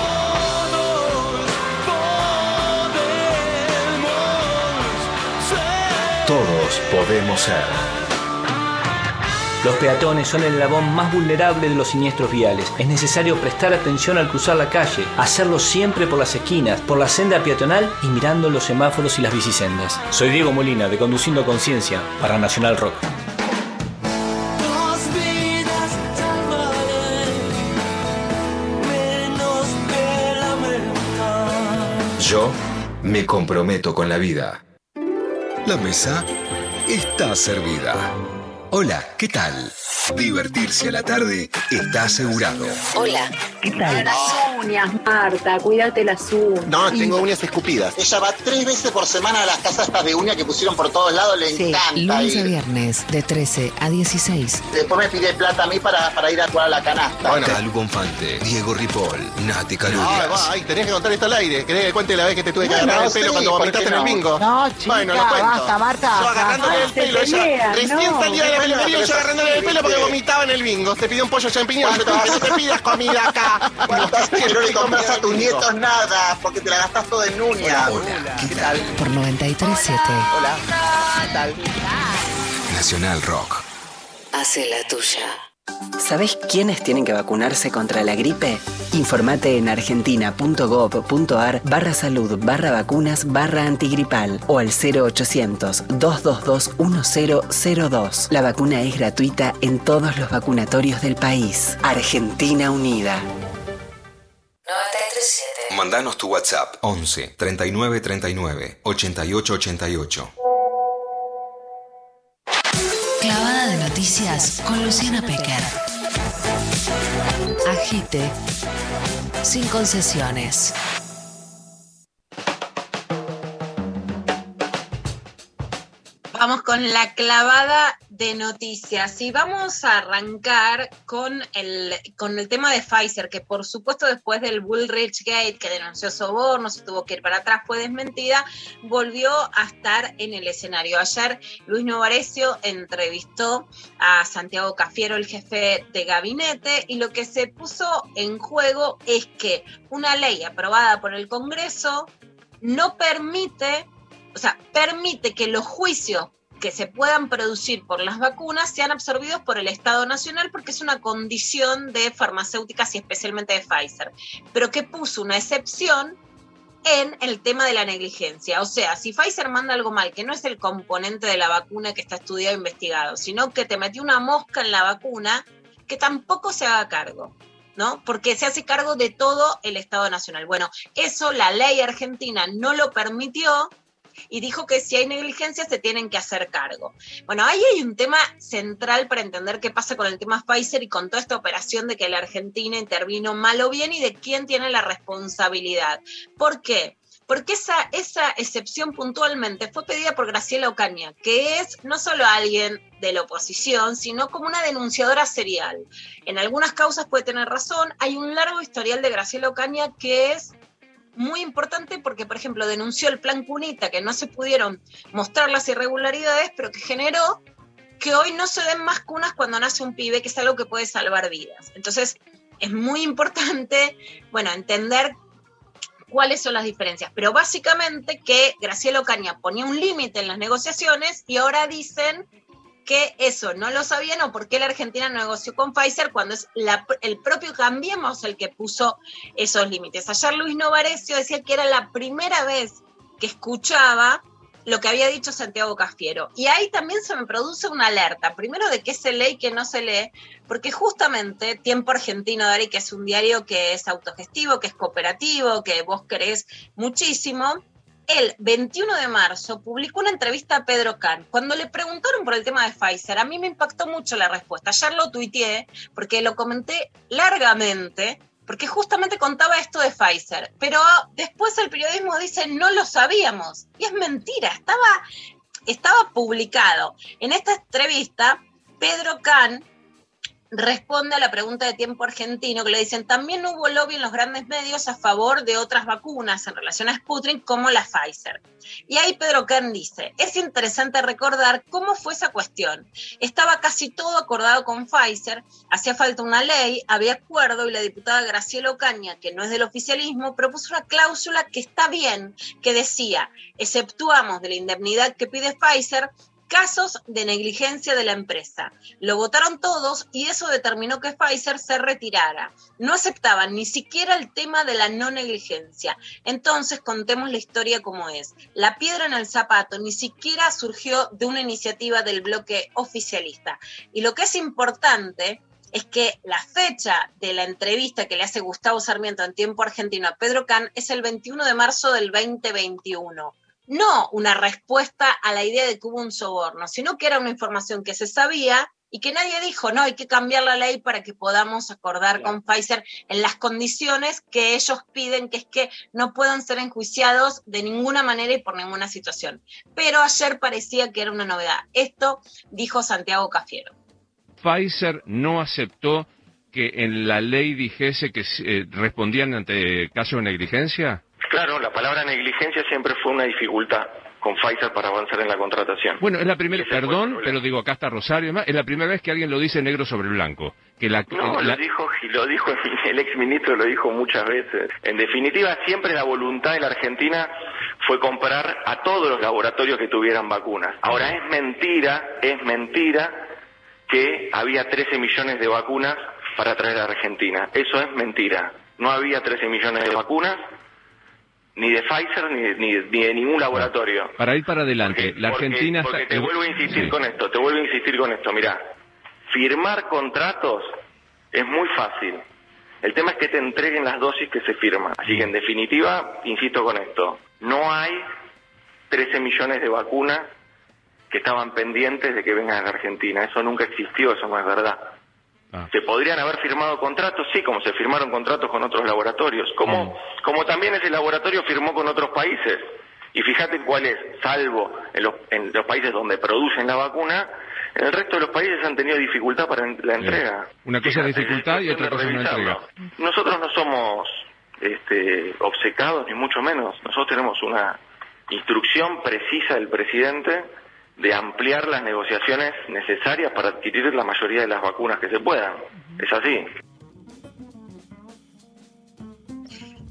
Todos podemos ser. Los peatones son el eslabón más vulnerable de los siniestros viales. Es necesario prestar atención al cruzar la calle, hacerlo siempre por las esquinas, por la senda peatonal y mirando los semáforos y las bicisendas. Soy Diego Molina de Conduciendo Conciencia para Nacional Rock. Yo me comprometo con la vida. La mesa está servida. Hola, ¿qué tal? Divertirse a la tarde está asegurado. Hola, ¿qué tal? Las uñas, Marta, cuídate las uñas. No, tengo uñas escupidas. Ella va 3 veces por semana a las casas estas de uñas que pusieron por todos lados, le encanta lunes ir. a viernes, de 13 a 16. Después me pide plata a mí para ir a jugar a la canasta. Bueno. Calu Bonfante, Diego Ripoll, Nati Calulias. Ay, tenés que contar esto al aire. ¿Querés que cuente la vez que te tuve que agarrar el pelo cuando vomitaste en el bingo? No, chica, bueno, lo cuento. basta, Marta. Yo agarrándole el pelo, ella recién salía de la peluquería y yo agarrándole el pelo porque vomitaba en el bingo. Te pidió un pollo champiñón, yo te dije, no te pidas comida acá. No le compras a tus nietos nada, porque te la gastás todo en uñas. Hola, ¿qué tal? Por 93.7. Hola, ¿qué tal? Nacional Rock. Hace la tuya. ¿Sabés quiénes tienen que vacunarse contra la gripe? Informate en argentina.gov.ar/salud/vacunas/antigripal o al 0800-222-1002. La vacuna es gratuita en todos los vacunatorios del país. Argentina Unida. 93.7. Mandanos tu WhatsApp 11 39 39 88 88. Clavada de noticias con Luciana Pecker. Agite sin concesiones. Vamos con la clavada de noticias y vamos a arrancar con el tema de Pfizer, que por supuesto después del Bullrich Gate, que denunció soborno, se tuvo que ir para atrás, fue desmentida, volvió a estar en el escenario. Ayer Luis Novarecio entrevistó a Santiago Cafiero, el jefe de gabinete, y lo que se puso en juego es que una ley aprobada por el Congreso no permite, o sea, permite que los juicios que se puedan producir por las vacunas sean absorbidos por el Estado Nacional, porque es una condición de farmacéuticas y especialmente de Pfizer, pero que puso una excepción en el tema de la negligencia. O sea, si Pfizer manda algo mal, que no es el componente de la vacuna que está estudiado e investigado, sino que te metió una mosca en la vacuna, que tampoco se haga cargo, ¿no? Porque se hace cargo de todo el Estado Nacional. Bueno, eso la ley argentina no lo permitió y dijo que si hay negligencia se tienen que hacer cargo. Bueno, ahí hay un tema central para entender qué pasa con el tema Pfizer y con toda esta operación de que la Argentina intervino mal o bien y de quién tiene la responsabilidad. ¿Por qué? Porque esa excepción puntualmente fue pedida por Graciela Ocaña, que es no solo alguien de la oposición, sino como una denunciadora serial. En algunas causas puede tener razón. Hay un largo historial de Graciela Ocaña que es muy importante porque, por ejemplo, denunció el plan Cunita, que no se pudieron mostrar las irregularidades, pero que generó que hoy no se den más cunas cuando nace un pibe, que es algo que puede salvar vidas. Entonces, es muy importante, bueno, entender cuáles son las diferencias. Pero básicamente que Graciela Ocaña ponía un límite en las negociaciones y ahora dicen que eso no lo sabían o por qué la Argentina no negoció con Pfizer cuando es el propio Cambiemos el que puso esos límites. Ayer Luis Novarecio decía que era la primera vez que escuchaba lo que había dicho Santiago Cafiero. Y ahí también se me produce una alerta, primero de qué se lee y qué no se lee, porque justamente Tiempo Argentino, Dari, que es un diario que es autogestivo, que es cooperativo, que vos querés muchísimo, el 21 de marzo publicó una entrevista a Pedro Kahn. Cuando le preguntaron por el tema de Pfizer, a mí me impactó mucho la respuesta. Ayer lo tuiteé porque lo comenté largamente, porque justamente contaba esto de Pfizer. Pero después el periodismo dice, no lo sabíamos. Y es mentira, estaba publicado. En esta entrevista, Pedro Kahn responde a la pregunta de Tiempo Argentino, que le dicen, también hubo lobby en los grandes medios a favor de otras vacunas en relación a Sputnik, como la Pfizer. Y ahí Pedro Kahn dice, es interesante recordar cómo fue esa cuestión. Estaba casi todo acordado con Pfizer, hacía falta una ley, había acuerdo, y la diputada Graciela Ocaña, que no es del oficialismo, propuso una cláusula que está bien, que decía, exceptuamos de la indemnidad que pide Pfizer, casos de negligencia de la empresa. Lo votaron todos y eso determinó que Pfizer se retirara. No aceptaban ni siquiera el tema de la no negligencia. Entonces contemos la historia como es. La piedra en el zapato ni siquiera surgió de una iniciativa del bloque oficialista. Y lo que es importante es que la fecha de la entrevista que le hace Gustavo Sarmiento en Tiempo Argentino a Pedro Kahn es el 21 de marzo del 2021. No una respuesta a la idea de que hubo un soborno, sino que era una información que se sabía y que nadie dijo, no, hay que cambiar la ley para que podamos acordar con Pfizer en las condiciones que ellos piden, que es que no puedan ser enjuiciados de ninguna manera y por ninguna situación. Pero ayer parecía que era una novedad. Esto dijo Santiago Cafiero. Pfizer no aceptó que en la ley dijese que respondían ante casos de negligencia. Claro, la palabra negligencia siempre fue una dificultad con Pfizer para avanzar en la contratación. Bueno, es la primera, perdón, pero digo, acá está Rosario y demás, es la primera vez que alguien lo dice negro sobre blanco. Lo dijo el exministro, lo dijo muchas veces. En definitiva, siempre la voluntad de la Argentina fue comprar a todos los laboratorios que tuvieran vacunas. Ahora, es mentira que había 13 millones de vacunas para traer a Argentina. Eso es mentira. No había 13 millones de vacunas, ni de Pfizer, ni de ningún laboratorio. Para ir para adelante, la Argentina está... Porque te vuelvo a insistir con esto, mirá, firmar contratos es muy fácil. El tema es que te entreguen las dosis que se firman. Así que en definitiva, insisto con esto, no hay 13 millones de vacunas que estaban pendientes de que vengan a la Argentina. Eso nunca existió, eso no es verdad. ¿Se podrían haber firmado contratos? Sí, como se firmaron contratos con otros laboratorios. Como también ese laboratorio firmó con otros países. Y fíjate cuál es, salvo en los países donde producen la vacuna, en el resto de los países han tenido dificultad para la entrega. Una cosa es dificultad y otra cosa es una entrega. Nosotros no somos obcecados, ni mucho menos. Nosotros tenemos una instrucción precisa del presidente de ampliar las negociaciones necesarias para adquirir la mayoría de las vacunas que se puedan. Es así.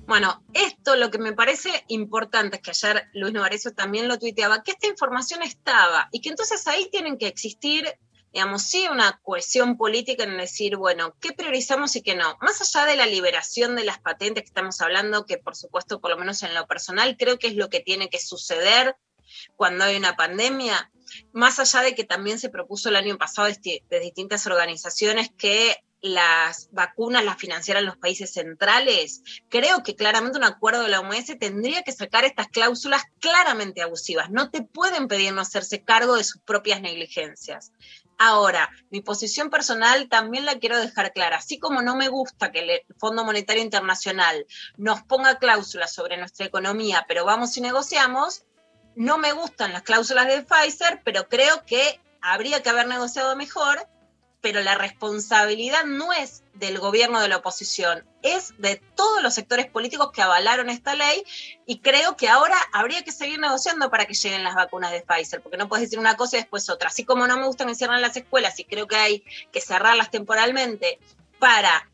Bueno, esto lo que me parece importante es que ayer Luis Novarecio también lo tuiteaba, que esta información estaba y que entonces ahí tienen que existir, digamos, sí, una cohesión política en decir, bueno, ¿qué priorizamos y qué no? Más allá de la liberación de las patentes que estamos hablando, que por supuesto, por lo menos en lo personal, creo que es lo que tiene que suceder cuando hay una pandemia, más allá de que también se propuso el año pasado de distintas organizaciones que las vacunas las financiaran los países centrales, creo que claramente un acuerdo de la OMS tendría que sacar estas cláusulas claramente abusivas. No te pueden pedir no hacerse cargo de sus propias negligencias. Ahora, mi posición personal también la quiero dejar clara. Así como no me gusta que el Fondo Monetario Internacional nos ponga cláusulas sobre nuestra economía, pero vamos y negociamos, no me gustan las cláusulas de Pfizer, pero creo que habría que haber negociado mejor, pero la responsabilidad no es del gobierno de la oposición, es de todos los sectores políticos que avalaron esta ley, y creo que ahora habría que seguir negociando para que lleguen las vacunas de Pfizer, porque no puedes decir una cosa y después otra. Así como no me gusta que cierren las escuelas y creo que hay que cerrarlas temporalmente para...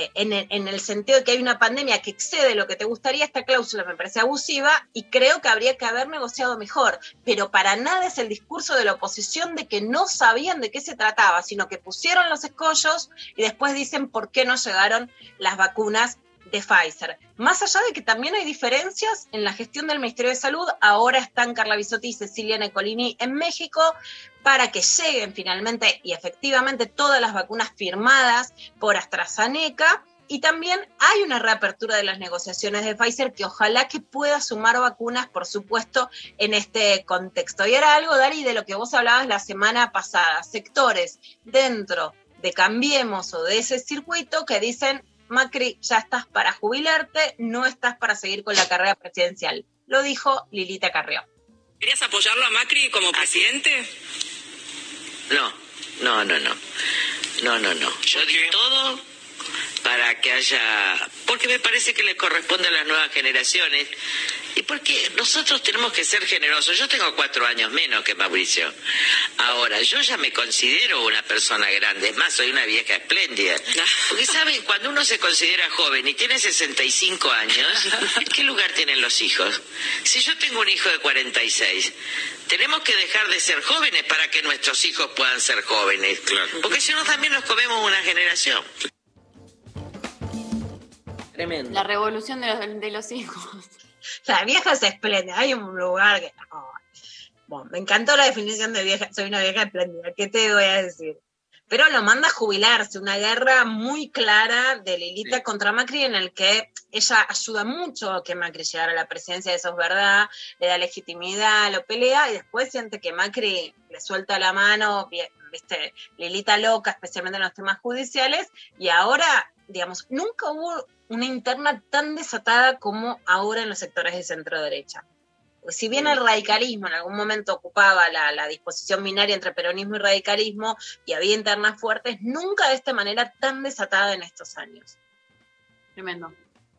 en el sentido de que hay una pandemia que excede lo que te gustaría, esta cláusula me parece abusiva y creo que habría que haber negociado mejor, pero para nada es el discurso de la oposición de que no sabían de qué se trataba, sino que pusieron los escollos y después dicen por qué no llegaron las vacunas de Pfizer. Más allá de que también hay diferencias en la gestión del Ministerio de Salud, ahora están Carla Bisotti y Cecilia Necolini en México para que lleguen finalmente y efectivamente todas las vacunas firmadas por AstraZeneca, y también hay una reapertura de las negociaciones de Pfizer que ojalá que pueda sumar vacunas, por supuesto, en este contexto. Y era algo, Dari, de lo que vos hablabas la semana pasada, sectores dentro de Cambiemos o de ese circuito que dicen: Macri, ya estás para jubilarte, no estás para seguir con la carrera presidencial. Lo dijo Lilita Carrió. ¿Querías apoyarlo a Macri como presidente? No. Yo di todo para que haya... Porque me parece que le corresponde a las nuevas generaciones y porque nosotros tenemos que ser generosos. Yo tengo 4 años menos que Mauricio. Ahora, yo ya me considero una persona grande. Es más, soy una vieja espléndida. Porque, ¿saben? Cuando uno se considera joven y tiene 65 años, ¿qué lugar tienen los hijos? Si yo tengo un hijo de 46, tenemos que dejar de ser jóvenes para que nuestros hijos puedan ser jóvenes. Claro. Porque si no, también nos comemos una generación. Tremendo. La revolución de los hijos. La vieja es espléndida. Hay un lugar que... Oh. Bueno, me encantó la definición de vieja. Soy una vieja espléndida. ¿Qué te voy a decir? Pero lo manda a jubilarse. Una guerra muy clara de Lilita contra Macri, en el que ella ayuda mucho a que Macri llegara a la presidencia, eso es verdad, le da legitimidad, lo pelea, y después siente que Macri le suelta la mano, viste, Lilita loca, especialmente en los temas judiciales, y ahora, digamos, nunca hubo una interna tan desatada como ahora en los sectores de centro-derecha. Pues si bien el radicalismo en algún momento ocupaba la disposición binaria entre peronismo y radicalismo y había internas fuertes, nunca de esta manera tan desatada en estos años. Tremendo.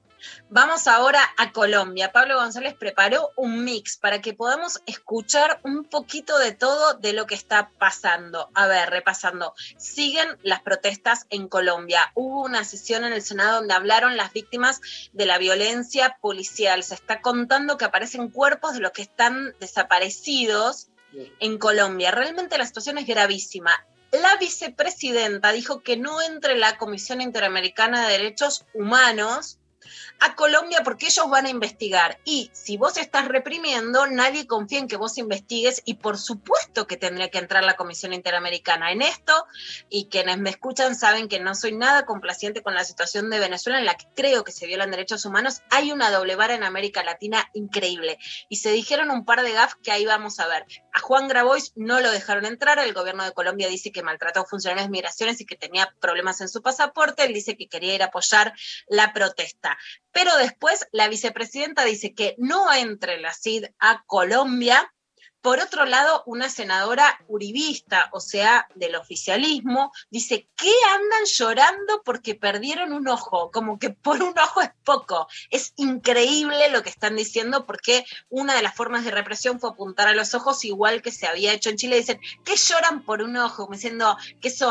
Vamos ahora a Colombia. Pablo González preparó un mix para que podamos escuchar un poquito de todo de lo que está pasando. A ver, repasando. Siguen las protestas en Colombia. Hubo una sesión en el Senado donde hablaron las víctimas de la violencia policial. Se está contando que aparecen cuerpos de los que están desaparecidos en Colombia. Realmente la situación es gravísima. La vicepresidenta dijo que no entre la Comisión Interamericana de Derechos Humanos a Colombia porque ellos van a investigar, y si vos estás reprimiendo, nadie confía en que vos investigues, y por supuesto que tendría que entrar la Comisión Interamericana en esto, y quienes me escuchan saben que no soy nada complaciente con la situación de Venezuela, en la que creo que se violan derechos humanos. Hay una doble vara en América Latina increíble, y se dijeron un par de gafes que ahí vamos a ver. A Juan Grabois no lo dejaron entrar, el gobierno de Colombia dice que maltrató a funcionarios de migraciones y que tenía problemas en su pasaporte, él dice que quería ir a apoyar la protesta. Pero después la vicepresidenta dice que no entre la CID a Colombia. Por otro lado, una senadora uribista, o sea, del oficialismo, dice que andan llorando porque perdieron un ojo, como que por un ojo es poco. Es increíble lo que están diciendo, porque una de las formas de represión fue apuntar a los ojos, igual que se había hecho en Chile. Dicen, ¿qué lloran por un ojo? Me diciendo, ¿qué son?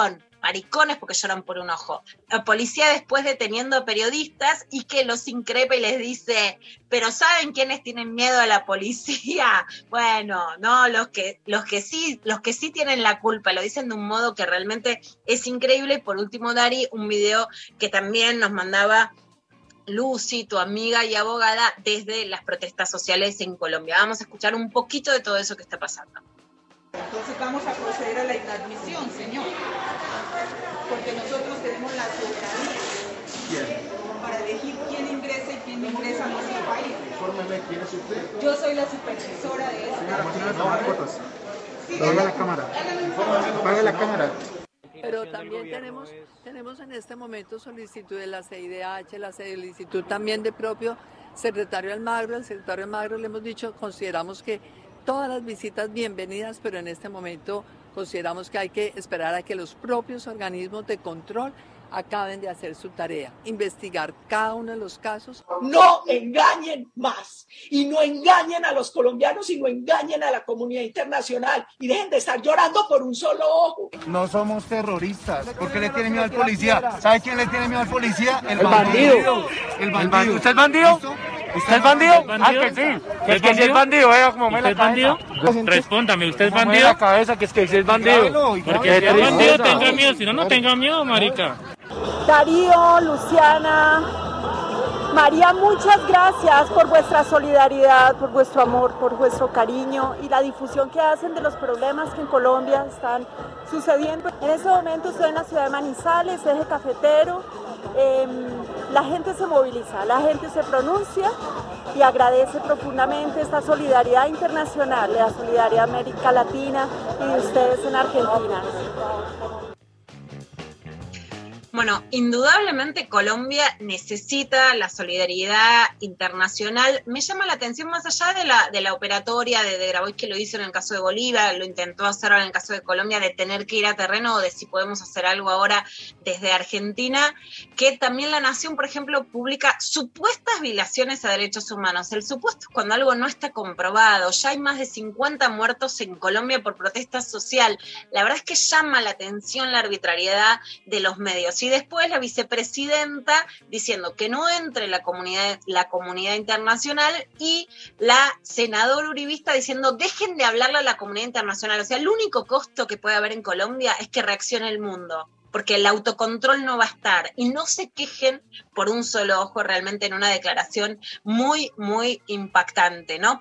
maricones porque lloran por un ojo. La policía después deteniendo a periodistas y que los increpa y les dice, pero ¿saben quiénes tienen miedo a la policía? Bueno, no, los que sí tienen la culpa, lo dicen de un modo que realmente es increíble. Y por último, Dari, un video que también nos mandaba Lucy, tu amiga y abogada, desde las protestas sociales en Colombia. Vamos a escuchar un poquito de todo eso que está pasando. Entonces vamos a proceder a la inadmisión, señor, porque nosotros tenemos la soberanía para elegir quién ingresa y quién no ingresa a nuestro país. Infórmeme, ¿quién es usted? Yo soy la supervisora de esto. Apaga la cámara. Apaga la cámara. Pero también tenemos en este momento solicitud de la CIDH, la solicitud también de propio secretario Almagro. Al secretario Almagro le hemos dicho, consideramos que todas las visitas bienvenidas, pero en este momento consideramos que hay que esperar a que los propios organismos de control acaben de hacer su tarea, investigar cada uno de los casos. No engañen más y no engañen a los colombianos y no engañen a la comunidad internacional y dejen de estar llorando por un solo ojo. No somos terroristas. ¿Por qué le tiene miedo al policía? ¿Sabe quién le tiene miedo al policía? El bandido. El bandido. ¿Usted es bandido? ¿Usted es bandido? Ah, que sí. Es que si es bandido, como me la cabeza. Respóndame, ¿usted es bandido? bandido? La cabeza, que es el bandido. Porque si es bandido, tenga miedo. Si no, no tenga miedo, marica. Darío, Luciana, María, muchas gracias por vuestra solidaridad, por vuestro amor, por vuestro cariño y la difusión que hacen de los problemas que en Colombia están sucediendo. En este momento estoy en la ciudad de Manizales, eje cafetero. La gente se moviliza, la gente se pronuncia y agradece profundamente esta solidaridad internacional, la solidaridad de América Latina y de ustedes en Argentina. Bueno, indudablemente Colombia necesita la solidaridad internacional. Me llama la atención, más allá de la operatoria de Grabois, que lo hizo en el caso de Bolivia, lo intentó hacer en el caso de Colombia, de tener que ir a terreno, o de si podemos hacer algo ahora desde Argentina, que también La Nación, por ejemplo, publica supuestas violaciones a derechos humanos. El supuesto es cuando algo no está comprobado. Ya hay más de 50 muertos en Colombia por protesta social. La verdad es que llama la atención la arbitrariedad de los medios. Y después la vicepresidenta diciendo que no entre la comunidad internacional, y la senadora uribista diciendo dejen de hablarle a la comunidad internacional. O sea, el único costo que puede haber en Colombia es que reaccione el mundo, porque el autocontrol no va a estar. Y no se quejen por un solo ojo, realmente en una declaración muy, muy impactante, ¿no?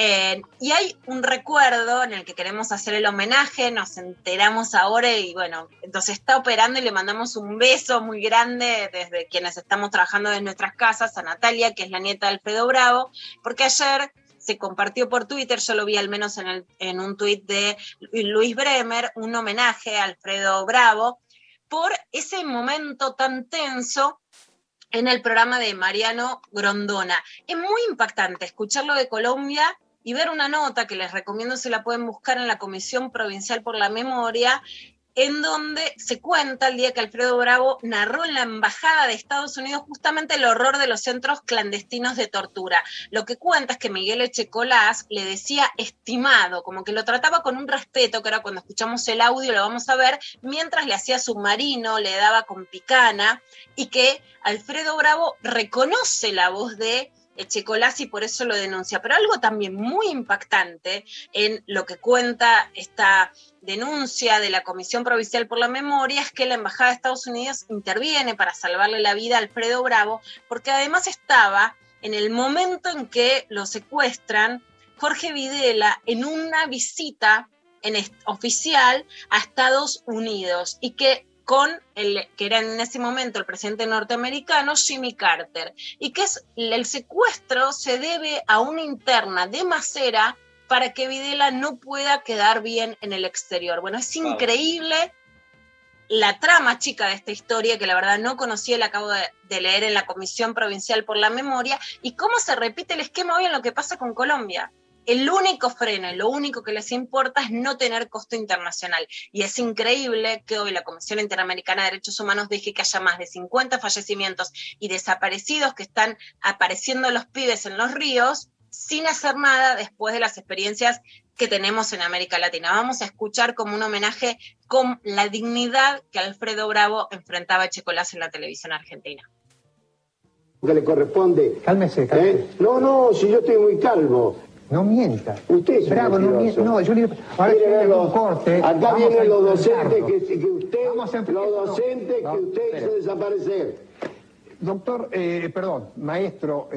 Y hay un recuerdo en el que queremos hacer el homenaje, nos enteramos ahora y bueno, entonces está operando y le mandamos un beso muy grande desde quienes estamos trabajando en nuestras casas, a Natalia, que es la nieta de Alfredo Bravo, porque ayer se compartió por Twitter, yo lo vi al menos en un tuit de Luis Bremer, un homenaje a Alfredo Bravo, por ese momento tan tenso en el programa de Mariano Grondona. Es muy impactante escucharlo de Colombia y ver una nota que les recomiendo, se la pueden buscar en la Comisión Provincial por la Memoria, en donde se cuenta el día que Alfredo Bravo narró en la Embajada de Estados Unidos justamente el horror de los centros clandestinos de tortura. Lo que cuenta es que Miguel Echecolás le decía estimado, como que lo trataba con un respeto, que ahora cuando escuchamos el audio lo vamos a ver, mientras le hacía submarino, le daba con picana, y que Alfredo Bravo reconoce la voz de Echecolás y por eso lo denuncia. Pero algo también muy impactante en lo que cuenta esta denuncia de la Comisión Provincial por la Memoria es que la Embajada de Estados Unidos interviene para salvarle la vida a Alfredo Bravo, porque además estaba en el momento en que lo secuestran Jorge Videla en una visita oficial a Estados Unidos, y que con que era en ese momento el presidente norteamericano, Jimmy Carter, y que el secuestro se debe a una interna de Macera para que Videla no pueda quedar bien en el exterior. Bueno, es increíble la trama chica de esta historia, que la verdad no conocía, la acabo de leer en la Comisión Provincial por la Memoria, y cómo se repite el esquema hoy en lo que pasa con Colombia. El único freno y lo único que les importa es no tener costo internacional. Y es increíble que hoy la Comisión Interamericana de Derechos Humanos deje que haya más de 50 fallecimientos y desaparecidos, que están apareciendo los pibes en los ríos, sin hacer nada después de las experiencias que tenemos en América Latina. Vamos a escuchar como un homenaje con la dignidad que Alfredo Bravo enfrentaba a Echecolás en la televisión argentina. Que le corresponde. Cálmese. No, si yo estoy muy calmo. No mienta. Usted es Bravo, no mienta. No, yo le... Ahora vienen un corte. Acá vienen los docentes que usted No, hizo desaparecer. Doctor, perdón, maestro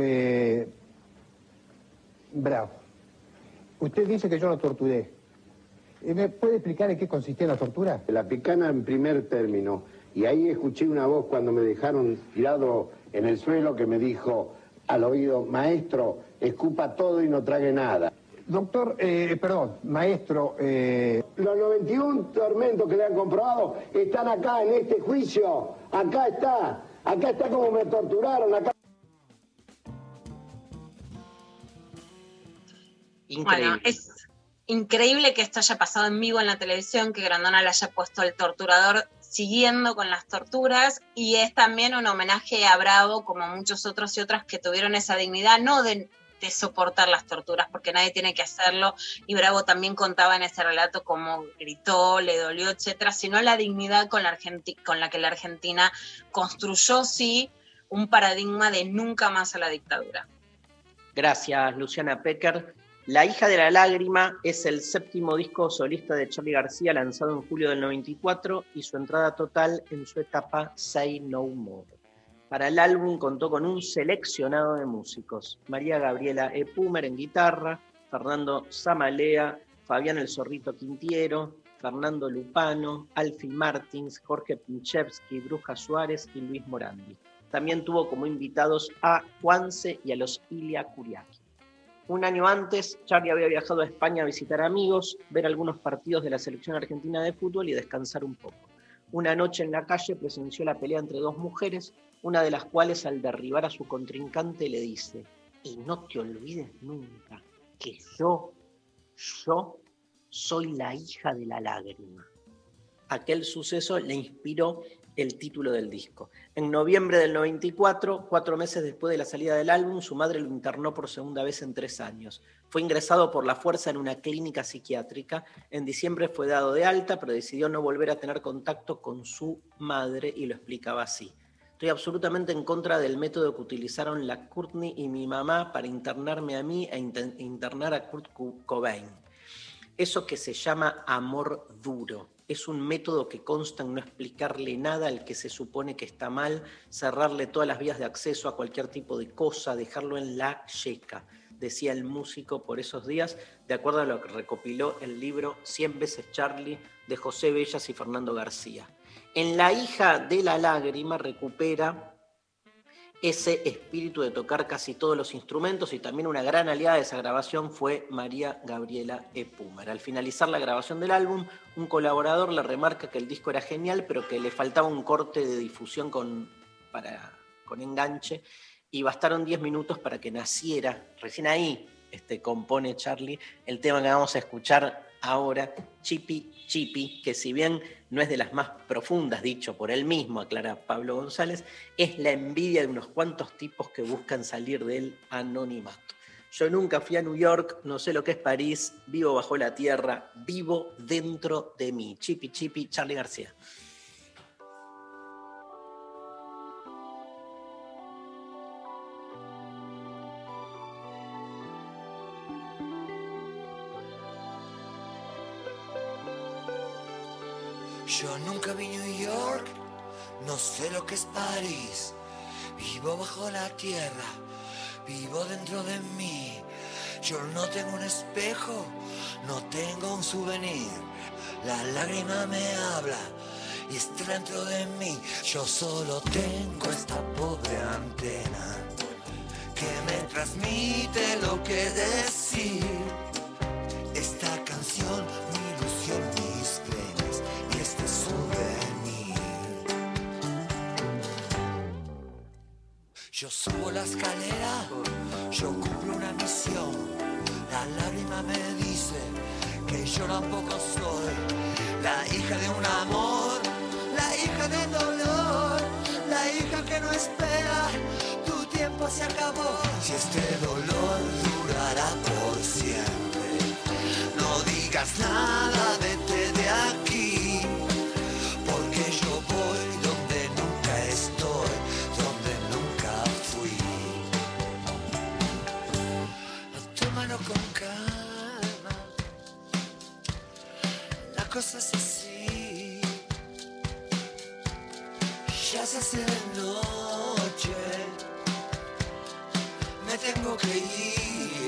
Bravo. Usted dice que yo lo torturé. ¿Me puede explicar en qué consistía la tortura? La picana en primer término. Y ahí escuché una voz cuando me dejaron tirado en el suelo que me dijo al oído, maestro, escupa todo y no trague nada. Doctor, perdón, maestro... Los 91 tormentos que le han comprobado están acá en este juicio. Acá está como me torturaron, acá. Increíble. Bueno, es increíble que esto haya pasado en vivo en la televisión, que Grondona le haya puesto el torturador siguiendo con las torturas, y es también un homenaje a Bravo, como muchos otros y otras que tuvieron esa dignidad, no de soportar las torturas, porque nadie tiene que hacerlo, y Bravo también contaba en ese relato cómo gritó, le dolió, etcétera, sino la dignidad con la que la Argentina construyó, sí, un paradigma de nunca más a la dictadura. Gracias, Luciana Pecker. La hija de la lágrima es el 7º disco solista de Charly García, lanzado en julio del 94, y su entrada total en su etapa Say No More. Para el álbum contó con un seleccionado de músicos: María Gabriela Epumer en guitarra, Fernando Zamalea, Fabián El Zorrito Quintiero, Fernando Lupano, Alfie Martins, Jorge Pinchevsky, Bruja Suárez y Luis Morandi. También tuvo como invitados a Juanse y a los Ilia Kuriaki. Un año antes, Charly había viajado a España a visitar amigos, ver algunos partidos de la selección argentina de fútbol y descansar un poco. Una noche en la calle presenció la pelea entre dos mujeres, una de las cuales al derribar a su contrincante le dice: y no te olvides nunca que yo soy la hija de la lágrima. Aquel suceso le inspiró el título del disco. En noviembre del 94, 4 meses después de la salida del álbum, su madre lo internó por segunda vez en 3 años. Fue ingresado por la fuerza en una clínica psiquiátrica. En diciembre fue dado de alta, pero decidió no volver a tener contacto con su madre y lo explicaba así: estoy absolutamente en contra del método que utilizaron la Courtney y mi mamá para internarme a mí e internar a Kurt Cobain. Eso que se llama amor duro. Es un método que consta en no explicarle nada al que se supone que está mal, cerrarle todas las vías de acceso a cualquier tipo de cosa, dejarlo en la yeca, decía el músico por esos días, de acuerdo a lo que recopiló el libro 100 veces Charly de José Bellas y Fernando García. En La hija de la lágrima recupera ese espíritu de tocar casi todos los instrumentos, y también una gran aliada de esa grabación fue María Gabriela Epumer. Al finalizar la grabación del álbum, un colaborador le remarca que el disco era genial, pero que le faltaba un corte de difusión con enganche, y bastaron 10 minutos para que naciera. Recién ahí compone Charly el tema que vamos a escuchar ahora, Chipi Chipi, que si bien no es de las más profundas, dicho por él mismo, aclara Pablo González, es la envidia de unos cuantos tipos que buscan salir del anonimato. Yo nunca fui a New York, no sé lo que es París, vivo bajo la tierra, vivo dentro de mí. Chipi Chipi, Charly García. Yo nunca vi New York, no sé lo que es París. Vivo bajo la tierra, vivo dentro de mí. Yo no tengo un espejo, no tengo un souvenir. La lágrima me habla y está dentro de mí. Yo solo tengo esta pobre antena que me transmite lo que decir. Esta canción, mi ilusión, mis penas y este souvenir. Yo subo la escalera, yo cumplo una misión. La lágrima me dice que yo tampoco soy la hija de un amor, la hija de un dolor, la hija que no espera tu tiempo tiempo se acabó. Si este dolor durará por siempre, no digas nada, vete de aquí, porque yo voy donde nunca estoy, donde nunca fui. Tómalo con calma, la cosa es así, ya se hace de noche, me tengo que ir.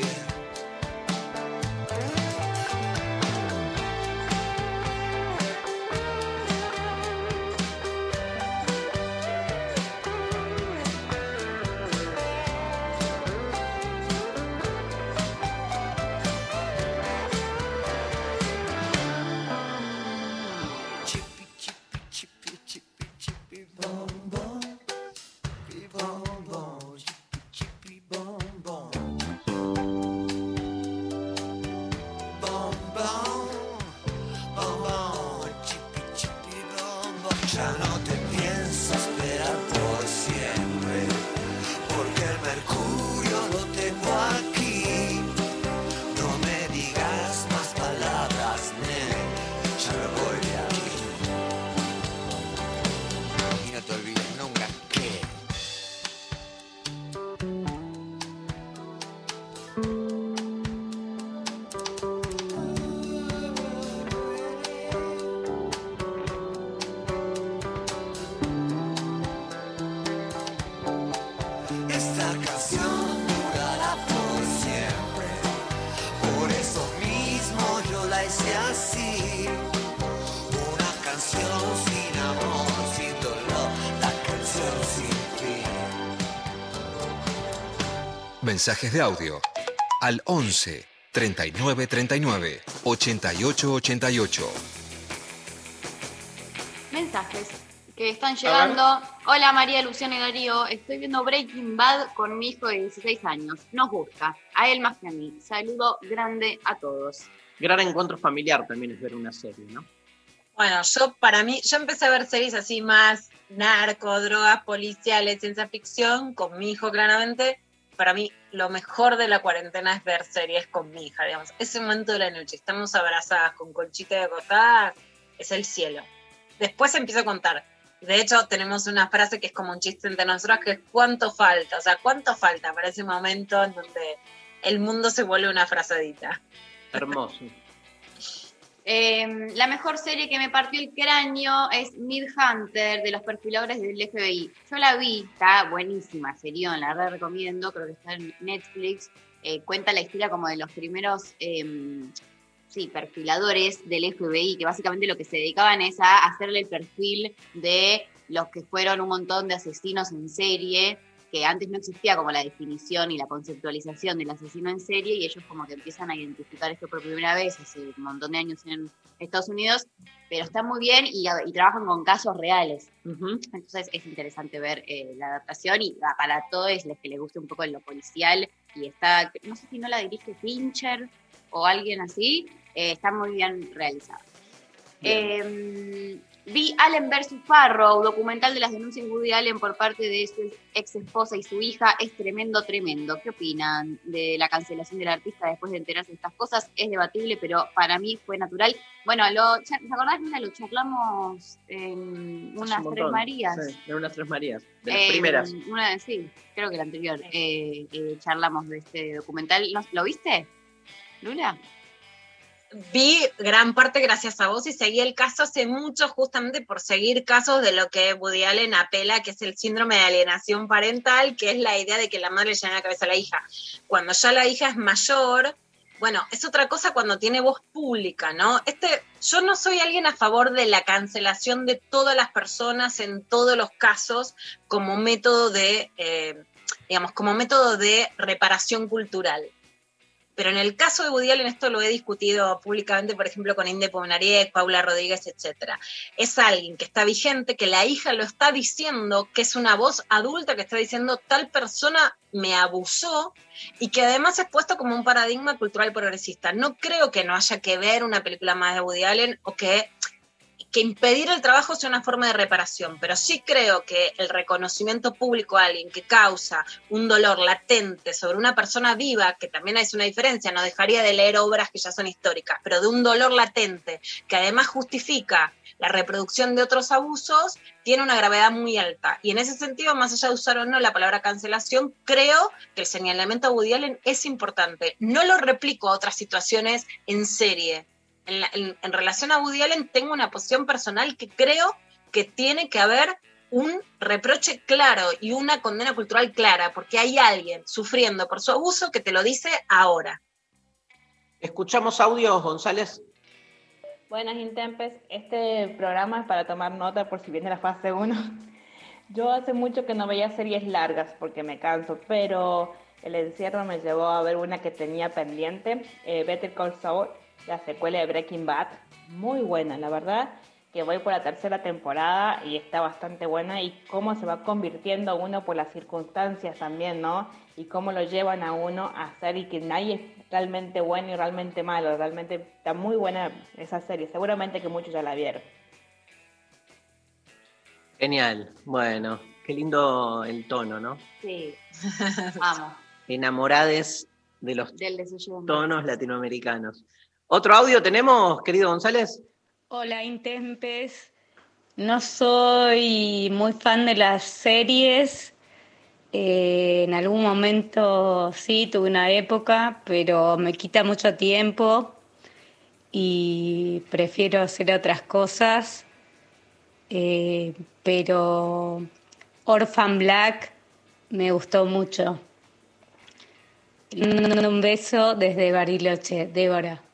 Ya no te pienso esperar por siempre, porque el mercurio lo tengo aquí. No me digas más palabras, nene, ya me voy de aquí. Y no te olvides nunca que esta canción durará por siempre. Por eso mismo yo la hice así. Una canción sin amor, sin dolor, la canción sin fin. Mensajes de audio al 11 39 39 88 88. Mensajes que están llegando. Hola María, Luciana y Darío, estoy viendo Breaking Bad con mi hijo de 16 años. Nos gusta, a él más que a mí. Saludo grande a todos. Gran encuentro familiar también es ver una serie, ¿no? Bueno, yo empecé a ver series así más narco, drogas, policiales, ciencia ficción, con mi hijo claramente. Para mí lo mejor de la cuarentena es ver series con mi hija, digamos. Ese momento de la noche, estamos abrazadas con colchita de acostada, es el cielo. Después empiezo a contar. De hecho, tenemos una frase que es como un chiste entre nosotros, que es ¿cuánto falta? O sea, ¿cuánto falta para ese momento en donde el mundo se vuelve una frazadita? Hermoso. La mejor serie que me partió el cráneo es Mindhunter, de los perfiladores del FBI. Yo la vi, está buenísima, serión, la recomiendo, creo que está en Netflix. Cuenta la historia como de los primeros perfiladores del FBI, que básicamente lo que se dedicaban es a hacerle el perfil de los que fueron un montón de asesinos en serie, que antes no existía como la definición y la conceptualización del asesino en serie, y ellos como que empiezan a identificar esto por primera vez hace un montón de años en Estados Unidos, pero está muy bien y trabajan con casos reales. Entonces es interesante ver la adaptación, y para todos los que les guste un poco lo policial, y está, no sé si no la dirige Fincher o alguien así, está muy bien realizada. Vi Allen vs. Farrow, documental de las denuncias de Woody Allen por parte de su ex esposa y su hija. Es tremendo. ¿Qué opinan de la cancelación del artista después de enterarse de estas cosas? Es debatible, pero para mí fue natural. Bueno, ¿te acordás, Luna? Lo charlamos en unas Tres Marías. Sí, en unas Tres Marías, de las primeras. Sí, creo que la anterior. Charlamos de este documental. ¿Lo viste, Lula? Vi gran parte gracias a vos y seguí el caso hace mucho, justamente por seguir casos de lo que Woody Allen apela, que es el síndrome de alienación parental, que es la idea de que la madre le llena la cabeza a la hija. Cuando ya la hija es mayor, bueno, es otra cosa cuando tiene voz pública, ¿no? Yo no soy alguien a favor de la cancelación de todas las personas en todos los casos como método de, como método de reparación cultural. Pero en el caso de Woody Allen, esto lo he discutido públicamente, por ejemplo, con Inde Pounarié, Paula Rodríguez, etc. Es alguien que está vigente, que la hija lo está diciendo, que es una voz adulta que está diciendo tal persona me abusó, y que además es puesto como un paradigma cultural progresista. No creo que no haya que ver una película más de Woody Allen, o que que impedir el trabajo sea una forma de reparación, pero sí creo que el reconocimiento público a alguien que causa un dolor latente sobre una persona viva, que también es una diferencia, no dejaría de leer obras que ya son históricas, pero de un dolor latente que además justifica la reproducción de otros abusos, tiene una gravedad muy alta. Y en ese sentido, más allá de usar o no la palabra cancelación, creo que el señalamiento a Woody Allen es importante. No lo replico a otras situaciones en serie. En relación a Woody Allen tengo una posición personal que creo que tiene que haber un reproche claro y una condena cultural clara, porque hay alguien sufriendo por su abuso que te lo dice ahora. ¿Escuchamos audios, González? Buenas, Intempes. Este programa es para tomar nota por si viene la fase 1. Yo hace mucho que no veía series largas porque me canso, pero el encierro me llevó a ver una que tenía pendiente, Better Call Saul, la secuela de Breaking Bad. Muy buena, la verdad, que voy por la 3ª temporada y está bastante buena, y cómo se va convirtiendo uno por las circunstancias también, ¿no? Y cómo lo llevan a uno a hacer, y que nadie es realmente bueno y realmente malo. Realmente está muy buena esa serie, seguramente que muchos ya la vieron. Genial, bueno, qué lindo el tono, ¿no? Sí, amo. Enamorades de los Del desayuno. tonos latinoamericanos. ¿Otro audio tenemos, querido González? Hola, Intempes. No soy muy fan de las series. En algún momento sí, tuve una época, pero me quita mucho tiempo y prefiero hacer otras cosas. Pero Orphan Black me gustó mucho. Un beso desde Bariloche, Débora.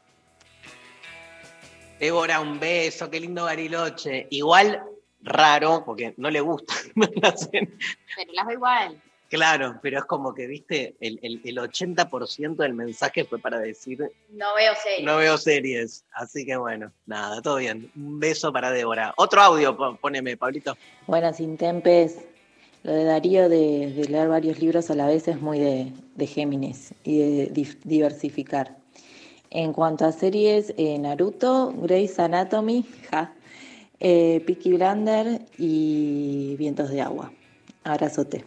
Débora, un beso, qué lindo Bariloche. Igual raro, porque no le gusta. Pero las veo igual. Claro, pero es como que, viste, el 80% del mensaje fue para decir No veo series. no veo series. Así que bueno, nada, todo bien. Un beso para Débora. Otro audio, poneme, Pablito. Buenas, Intempes. Lo de Darío de leer varios libros a la vez es muy de Géminis y de diversificar. En cuanto a series, Naruto, Grey's Anatomy, Peaky Blinders y Vientos de Agua. Abrazote.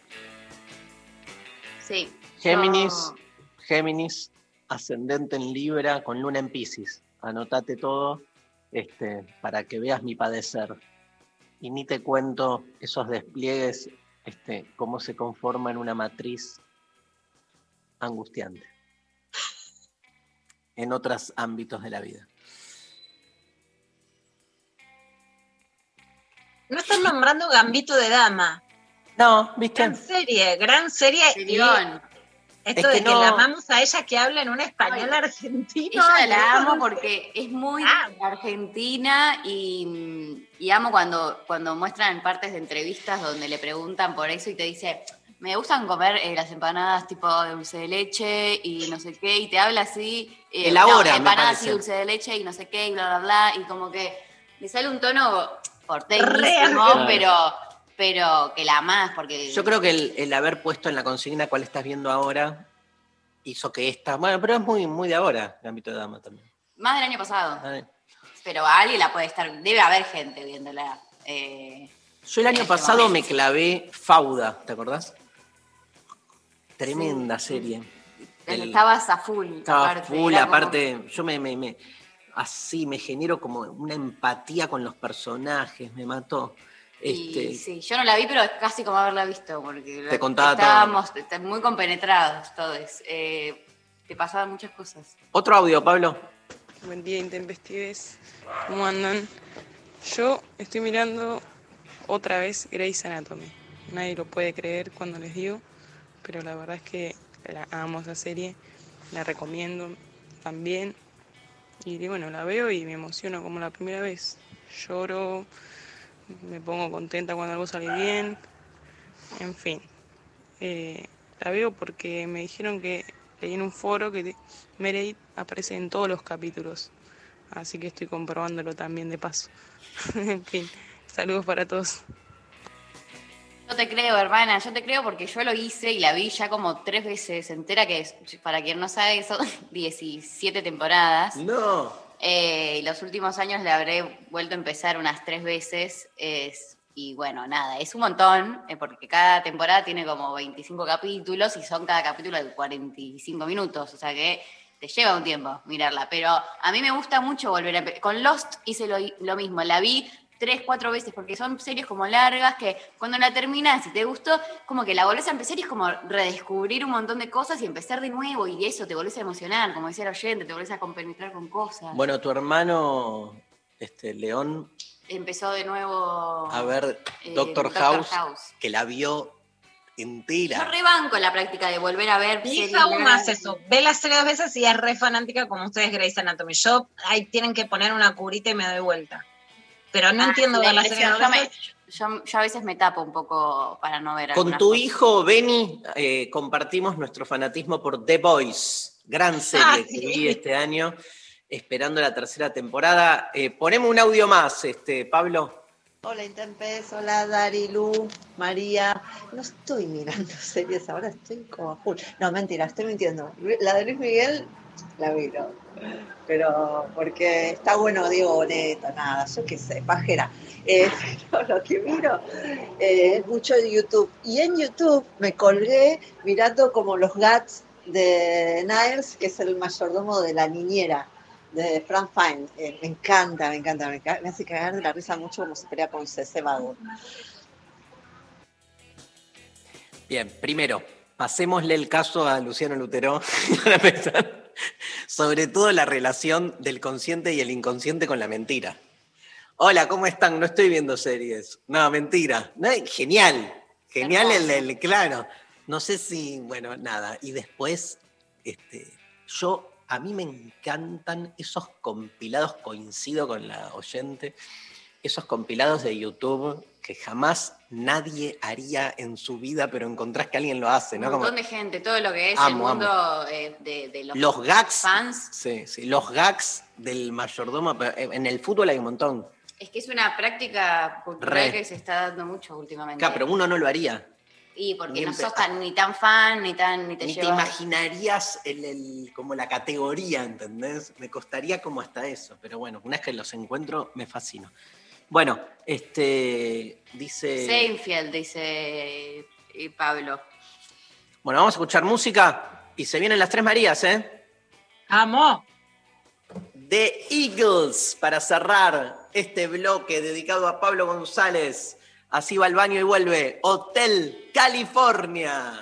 Sí. Géminis, ascendente en Libra, con luna en Piscis. Anotate todo para que veas mi padecer. Y ni te cuento esos despliegues, cómo se conforma en una matriz angustiante. En otros ámbitos de la vida. No están nombrando Gambito de Dama. No, ¿viste? Gran serie. Serión. Esto de que la amamos a ella que habla en un español argentino. Ella la amo porque es muy argentina y amo cuando muestran partes de entrevistas donde le preguntan por eso y te dice, me gustan comer las empanadas tipo de dulce de leche y no sé qué, y te habla así. Empanadas y dulce de leche y no sé qué, y bla, bla, bla, y como que le sale un tono porteñísimo, pero que la amás, porque... Yo creo que el haber puesto en la consigna cuál estás viendo ahora hizo que esta... Bueno, pero es muy, muy de ahora, Gambito de Dama también. Más del año pasado. Pero alguien la puede estar... Debe haber gente viéndola. Yo el año pasado me clavé Fauda, ¿te acordás? Tremenda serie. Estabas a full. Estaba full, aparte, como... yo me genero como una empatía con los personajes, me mató. Sí, yo no la vi, pero es casi como haberla visto, porque te contaba estábamos muy compenetrados todos. Te pasaban muchas cosas. Otro audio, Pablo. Buen día, Intempestives. ¿Cómo andan? Yo estoy mirando otra vez Grey's Anatomy. Nadie lo puede creer cuando les digo, pero la verdad es que la amo esa serie, la recomiendo también. Y bueno, la veo y me emociono como la primera vez. Lloro, me pongo contenta cuando algo sale bien, en fin. La veo porque me dijeron que leí en un foro que Meredith aparece en todos los capítulos, así que estoy comprobándolo también de paso. En fin, saludos para todos. Yo te creo, hermana, yo te creo porque yo lo hice y la vi ya como 3 veces entera, que para quien no sabe son 17 temporadas. No. Los últimos años le habré vuelto a empezar unas 3 veces. Y bueno, nada, es un montón, porque cada temporada tiene como 25 capítulos y son cada capítulo de 45 minutos, o sea que te lleva un tiempo mirarla. Pero a mí me gusta mucho volver a... Con Lost hice lo mismo, la vi 3, 4 veces, porque son series como largas que cuando la terminas, si te gustó, como que la volvés a empezar y es como redescubrir un montón de cosas y empezar de nuevo, y eso, te volvés a emocionar, como decía el oyente, te volvés a compenetrar con cosas. Bueno, tu hermano, León, empezó de nuevo a ver Doctor House, que la vio entera. Yo rebanco la práctica de volver a ver. Mi hija aún más eso, ve la serie 2 veces y es re fanática como ustedes Grey's Anatomy. Yo, ahí tienen que poner una curita y me doy vuelta. Pero no entiendo ver la serie 2 veces. Yo a veces me tapo un poco para no ver. Con tu hijo, Benny, compartimos nuestro fanatismo por The Boys. Gran serie que vi este año, esperando la 3ª temporada. Ponemos un audio más, Pablo. Hola Intempes, hola Dari, Lu, María. No estoy mirando series ahora, estoy como a full. No, mentira, estoy mintiendo. La de Luis Miguel la miro, pero porque está bueno Diego Boneta, nada, yo qué sé, pajera. Pero lo que miro es mucho de YouTube. Y en YouTube me colgué mirando como los gags de Niles, que es el mayordomo de la niñera de Frank Fine. Me encanta, me hace cagar de la risa mucho como se pelea con Cece Vago. Bien, primero, pasémosle el caso a Luciano Lutero para empezar. Sobre todo la relación del consciente y el inconsciente con la mentira. Hola, ¿cómo están? No estoy viendo series. No, mentira. No, genial el claro. No sé si, bueno, nada. Y después, a mí me encantan esos compilados, coincido con la oyente, esos compilados de YouTube que jamás nadie haría en su vida, pero encontrás que alguien lo hace, ¿no? Un montón de gente, todo lo que es el mundo de los gags, fans. Sí, los gags del mayordomo, en el fútbol hay un montón. Es que es una práctica cultural que se está dando mucho últimamente. Claro, pero uno no lo haría. Y porque no sos ni tan fan, ni te llevas... te imaginarías como la categoría, ¿entendés? Me costaría como hasta eso, pero bueno, una vez que los encuentro, me fascino. Bueno, dice... Seinfeld, dice Pablo. Bueno, vamos a escuchar música y se vienen las 3 Marías, ¡Amo! The Eagles, para cerrar este bloque dedicado a Pablo González. Así va al baño y vuelve. Hotel California.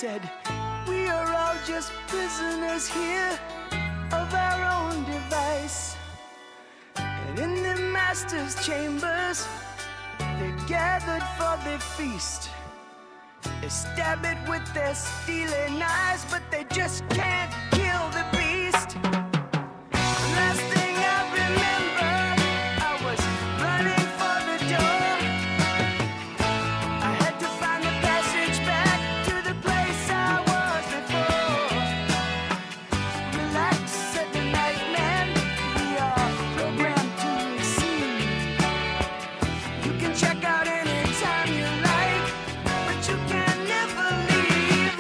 said, we are all just prisoners here of our own device. And in the master's chambers, they're gathered for their feast. They stab it with their steely knives, but they just can't kill the beast. The last thing I remember, I was running for the door. I had to find the passage back to the place I was before. Relax, said the night man, we are programmed to receive. You can check out anytime you like, but you can never leave.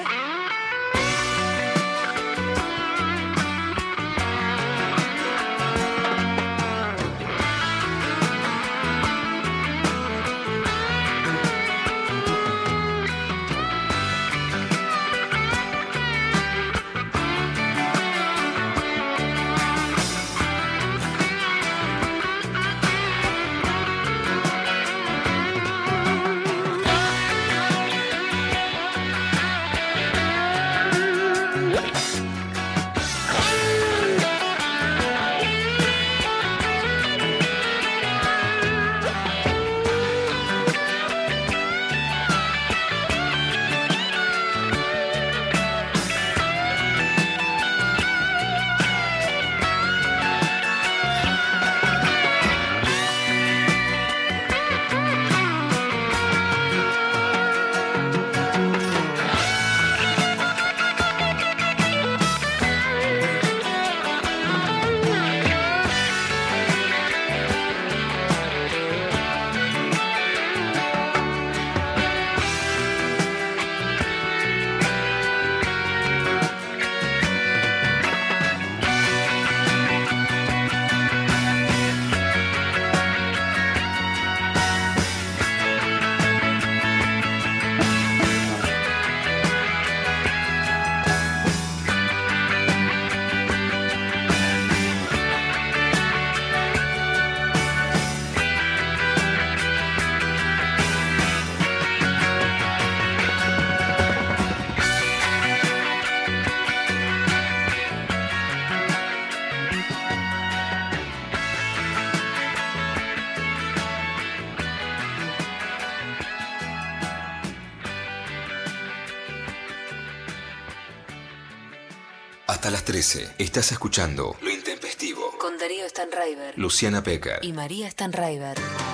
Hasta las 13 estás escuchando Lo Intempestivo con Darío Stanraiver, Luciana Pecker y María Stanraiver.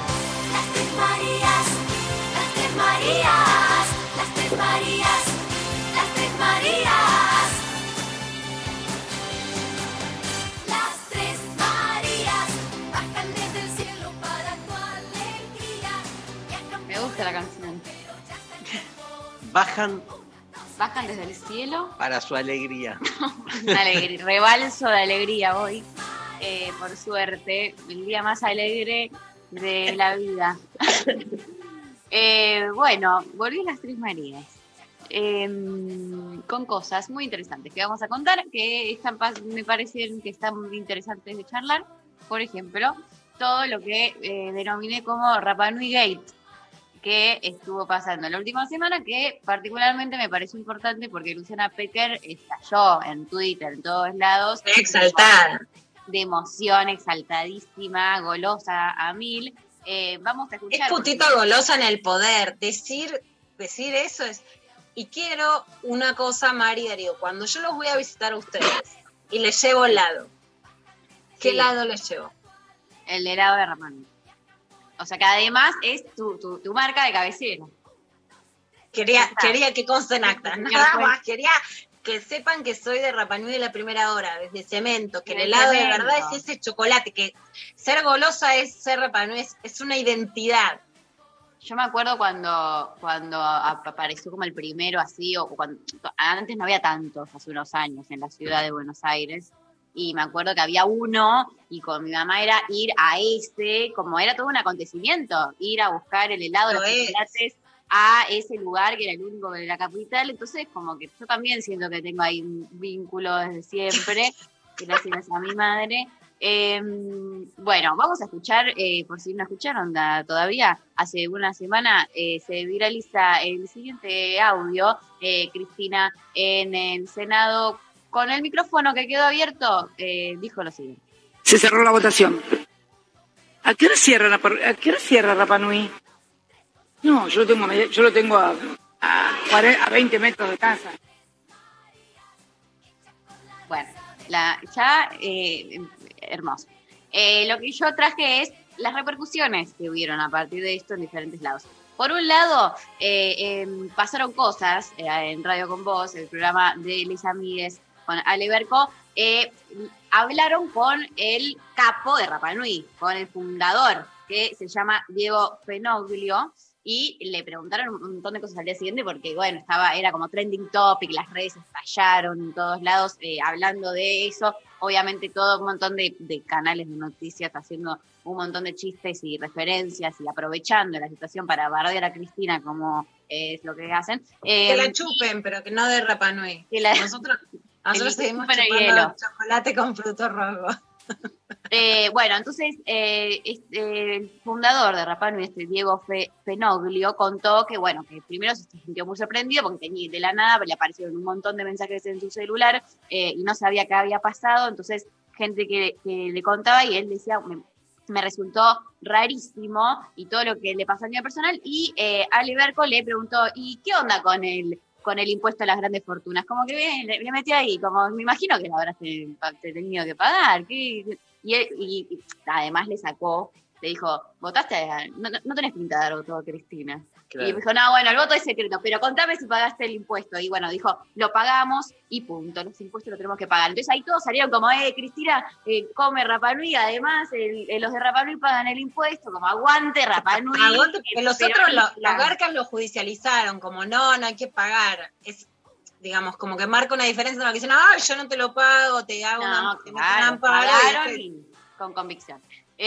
Las tres Marías, las tres Marías, las tres Marías, las tres Marías. Las tres Marías bajan desde el cielo para tu alegría. Me gusta la canción. Bajan desde el cielo. para su alegría. Rebalso de alegría hoy. Por suerte, el día más alegre de la vida. Bueno, volví a las tres Marías. Con cosas muy interesantes que vamos a contar, que me parecieron que están muy interesantes de charlar. Por ejemplo, todo lo que denominé como Rapa Nui Gate, que estuvo pasando la última semana, que particularmente me pareció importante porque Luciana Pecker estalló en Twitter, en todos lados. Exaltada. De emoción, exaltadísima, golosa a mil. Vamos a escuchar. Es putito golosa en el poder. Decir eso es... Y quiero una cosa, Mari y Darío, cuando yo los voy a visitar a ustedes y les llevo helado, ¿qué helado les llevo? El helado de Rapa Nui. O sea, que además es tu marca de cabecera. Quería que conste en acta, nada más. Quería que sepan que soy de Rapa Nui de la primera hora, desde Cemento, que el helado de verdad es ese chocolate, que ser golosa es ser Rapa Nui, es una identidad. Yo me acuerdo cuando apareció como el primero así, o cuando antes no había tantos, hace unos años, en la ciudad de Buenos Aires. Y me acuerdo que había uno, y con mi mamá era ir a como era todo un acontecimiento, ir a buscar el helado de los chocolates a ese lugar que era el único de la capital. Entonces, como que yo también siento que tengo ahí un vínculo desde siempre, gracias a mi madre. Bueno, vamos a escuchar, por si no escucharon todavía, hace una semana se viraliza el siguiente audio, Cristina, en el Senado, con el micrófono que quedó abierto, dijo lo siguiente. Se cerró la votación. ¿A qué hora cierra Rapa Nui? No, yo lo tengo a 20 metros de casa. Bueno, hermoso. Lo que yo traje es las repercusiones que hubieron a partir de esto en diferentes lados. Por un lado, pasaron cosas en Radio Con Vos, el programa de Elisa Míguez con Ale Berco, hablaron con el capo de Rapa Nui, con el fundador, que se llama Diego Fenoglio, y le preguntaron un montón de cosas al día siguiente porque, bueno, era como trending topic, las redes estallaron en todos lados hablando de eso. Obviamente todo un montón de canales de noticias haciendo un montón de chistes y referencias y aprovechando la situación para bardear a Cristina, como es lo que hacen. Que la chupen, pero que no de Rapa Nui. Nosotros seguimos chupando chocolate con frutos rojos. Bueno, entonces el fundador de Rapa Nui, Diego Fenoglio, contó que, bueno, que primero se sintió muy sorprendido porque de la nada le aparecieron un montón de mensajes en su celular y no sabía qué había pasado. Entonces, gente que le contaba y él decía, me resultó rarísimo y todo lo que le pasó a nivel personal. Y Ale Berco le preguntó, ¿y qué onda con el impuesto a las grandes fortunas? Como que le metí ahí, como me imagino que lo habrás tenido que pagar. Y además le dijo, ¿votaste? No tenés pinta de dar voto a Cristina. Claro. Y me dijo, no, bueno, el voto es secreto, pero contame si pagaste el impuesto. Y bueno, dijo, lo pagamos y punto, los impuestos los tenemos que pagar. Entonces ahí todos salieron como, Cristina come Rapa Nui, además los de Rapa Nui pagan el impuesto, como aguante Rapa Nui. Aguante, porque los otros, los garcas lo judicializaron, como no hay que pagar. Es, digamos, como que marca una diferencia en lo que dicen, yo no te lo pago, te hago una amparo. Con convicción.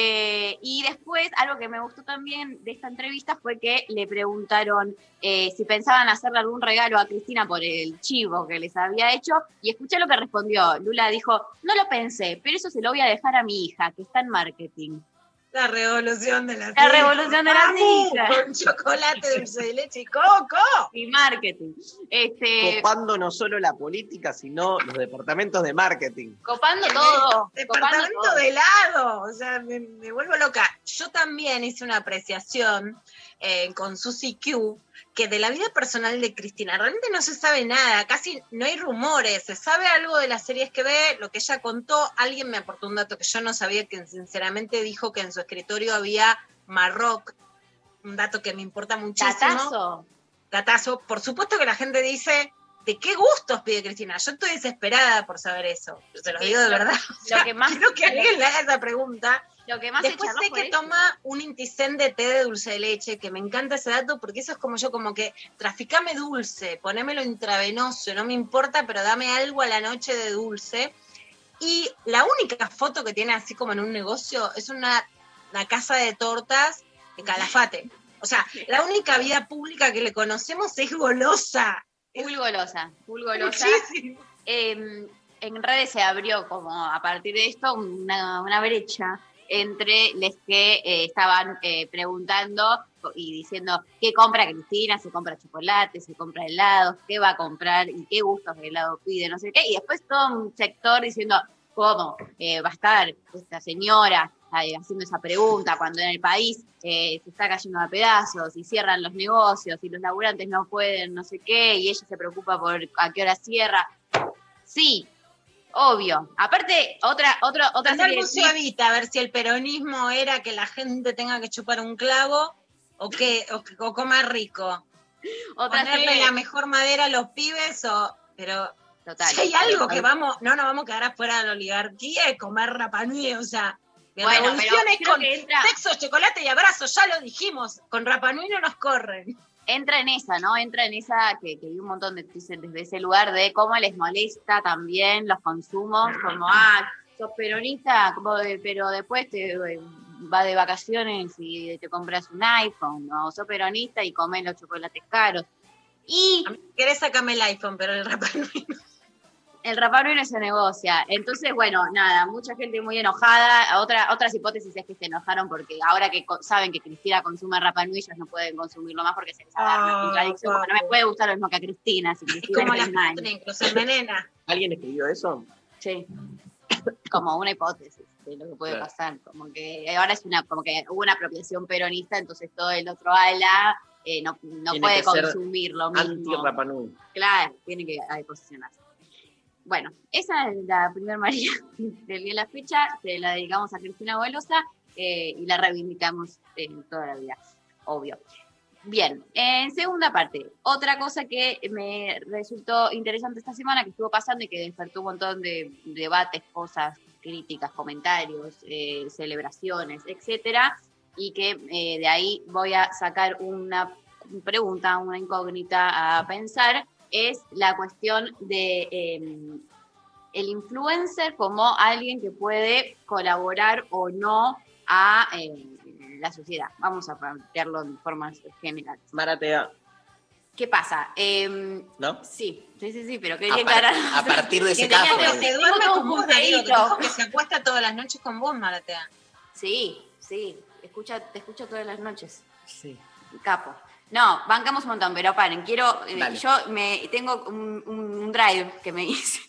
Y después, algo que me gustó también de esta entrevista fue que le preguntaron si pensaban hacerle algún regalo a Cristina por el chivo que les había hecho, y escuché lo que respondió. Lula dijo, no lo pensé, pero eso se lo voy a dejar a mi hija, que está en marketing. La revolución de las hijas. La revolución de las hijas. Con chocolate, dulce de leche y coco. Y marketing. Copando no solo la política, sino los departamentos de marketing. Copando todo. Departamento de helado. O sea, me vuelvo loca. Yo también hice una apreciación con Susi Q, que de la vida personal de Cristina realmente no se sabe nada, casi no hay rumores, se sabe algo de las series que ve, lo que ella contó. Alguien me aportó un dato que yo no sabía, que sinceramente dijo que en su escritorio había Marroc, un dato que me importa muchísimo. Datazo. Por supuesto que la gente dice, ¿de qué gustos pide Cristina? Yo estoy desesperada por saber eso, yo se lo digo de verdad. Quiero que alguien le haga esa pregunta. Lo que más después sé que toma un intisén de té de dulce de leche, que me encanta ese dato, porque eso es como yo, como que traficame dulce, ponémelo intravenoso, no me importa, pero dame algo a la noche de dulce. Y la única foto que tiene así como en un negocio es una casa de tortas de Calafate. O sea, la única vida pública que le conocemos es golosa. Full golosa. Muchísimo. En redes se abrió como a partir de esto una brecha entre los que estaban preguntando y diciendo qué compra Cristina, se compra chocolate, se compra helados, qué va a comprar y qué gustos de helado pide, no sé qué, y después todo un sector diciendo cómo va a estar esta señora haciendo esa pregunta cuando en el país se está cayendo a pedazos y cierran los negocios y los laburantes no pueden no sé qué y ella se preocupa por a qué hora cierra. Sí, obvio. Aparte, otra serie de a ver si el peronismo era que la gente tenga que chupar un clavo o comer rico. Ponerle la mejor madera a los pibes pero total, si hay algo que no nos vamos a quedar afuera de la oligarquía y comer Rapa Nui, o sea, revoluciones con sexo, chocolate y abrazos, ya lo dijimos, con Rapa Nui no nos corren. Entra en esa, ¿no? Entra en esa que vi un montón de dicen desde ese lugar de cómo les molesta también los consumos, como, sos peronista, pero después te va de vacaciones y te compras un iPhone, o sos peronista y comés los chocolates caros. Y a mí querés sacarme el iPhone, pero el Rapa Nui no. El Rapa Nui no se negocia. Entonces, bueno, nada, mucha gente muy enojada. Otras hipótesis es que se enojaron porque ahora que saben que Cristina consume Rapa Nui, ellos no pueden consumirlo más porque se les da una contradicción. Como no me puede gustar lo mismo que a Cristina. Si Cristina Como es la mal. Sputnik, se envenena. ¿Alguien escribió eso? Sí. Como una hipótesis de lo que puede Claro. pasar. Como que ahora como que hubo una apropiación peronista, entonces todo el otro ala no Tiene puede que ser consumir lo mismo. Anti-Rapa Nui. Claro, tiene que posicionarse. Bueno, esa es la primera María del día de la fecha, se la dedicamos a Cristina Golosa y la reivindicamos toda la vida, obvio. Bien, en segunda parte, otra cosa que me resultó interesante esta semana, que estuvo pasando y que despertó un montón de debates, cosas, críticas, comentarios, celebraciones, etcétera, y que de ahí voy a sacar una pregunta, una incógnita a pensar, es la cuestión de el influencer como alguien que puede colaborar o no a la sociedad. Vamos a plantearlo de forma general. Maratea. ¿Qué pasa? ¿No? Sí, pero quería aclarar. A partir de ese que tenía caso. Se duerme Tengo con un vos, Darío, que punteíto. dijo que se acuesta todas las noches con vos, Maratea. Sí, te escucho todas las noches. Sí. Capo. No, bancamos un montón, pero paren, Dale. yo tengo un drive que me hice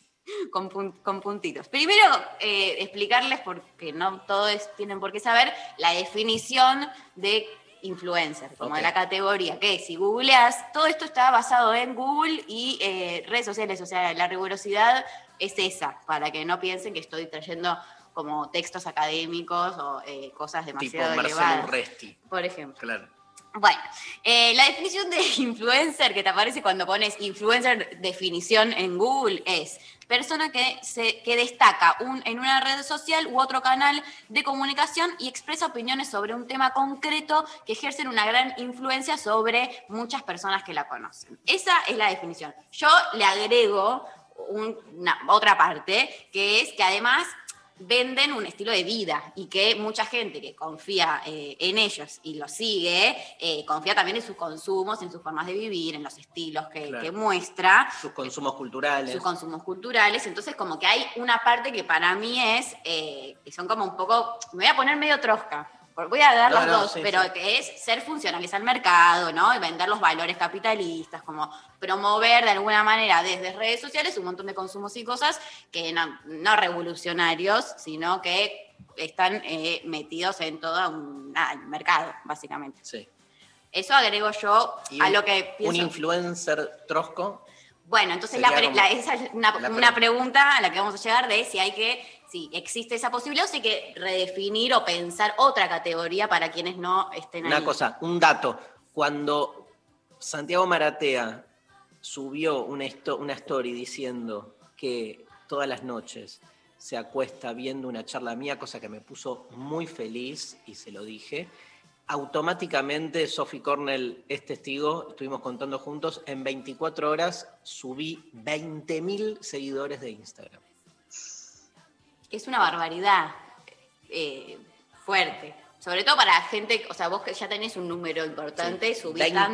con puntitos. Primero, explicarles, porque no todos tienen por qué saber, la definición de influencer, como de la categoría, que si googleas, todo esto está basado en Google y redes sociales, o sea, la rigurosidad es esa, para que no piensen que estoy trayendo como textos académicos o cosas Tipo demasiado Marcelo elevadas. Urresti. Por ejemplo. Claro. Bueno, la definición de influencer que te aparece cuando pones influencer definición en Google es persona que destaca en una red social u otro canal de comunicación y expresa opiniones sobre un tema concreto que ejercen una gran influencia sobre muchas personas que la conocen. Esa es la definición. Yo le agrego otra parte, que es que además venden un estilo de vida y que mucha gente que confía en ellos y los sigue, confía también en sus consumos, en sus formas de vivir, en los estilos que muestra. Sus consumos culturales. Entonces como que hay una parte que para mí es, que son como un poco, me voy a poner medio trosca, voy a dar las dos, pero sí. Que es ser funcionales al mercado, ¿no? Y vender los valores capitalistas, como promover de alguna manera desde redes sociales un montón de consumos y cosas que no revolucionarios, sino que están metidos en todo el mercado, básicamente. Sí. Eso agrego yo a lo que pienso. ¿Un influencer trosco? Bueno, entonces esa es una pregunta a la que vamos a llegar de si existe esa posibilidad o si hay que redefinir o pensar otra categoría para quienes no estén ahí. Una cosa, un dato. Cuando Santiago Maratea subió una story diciendo que todas las noches se acuesta viendo una charla mía, cosa que me puso muy feliz y se lo dije, automáticamente Sophie Cornell es testigo, estuvimos contando juntos, en 24 horas subí 20.000 seguidores de Instagram. Es una barbaridad fuerte. Sobre todo para gente, o sea, vos que ya tenés un número importante, subís tanto.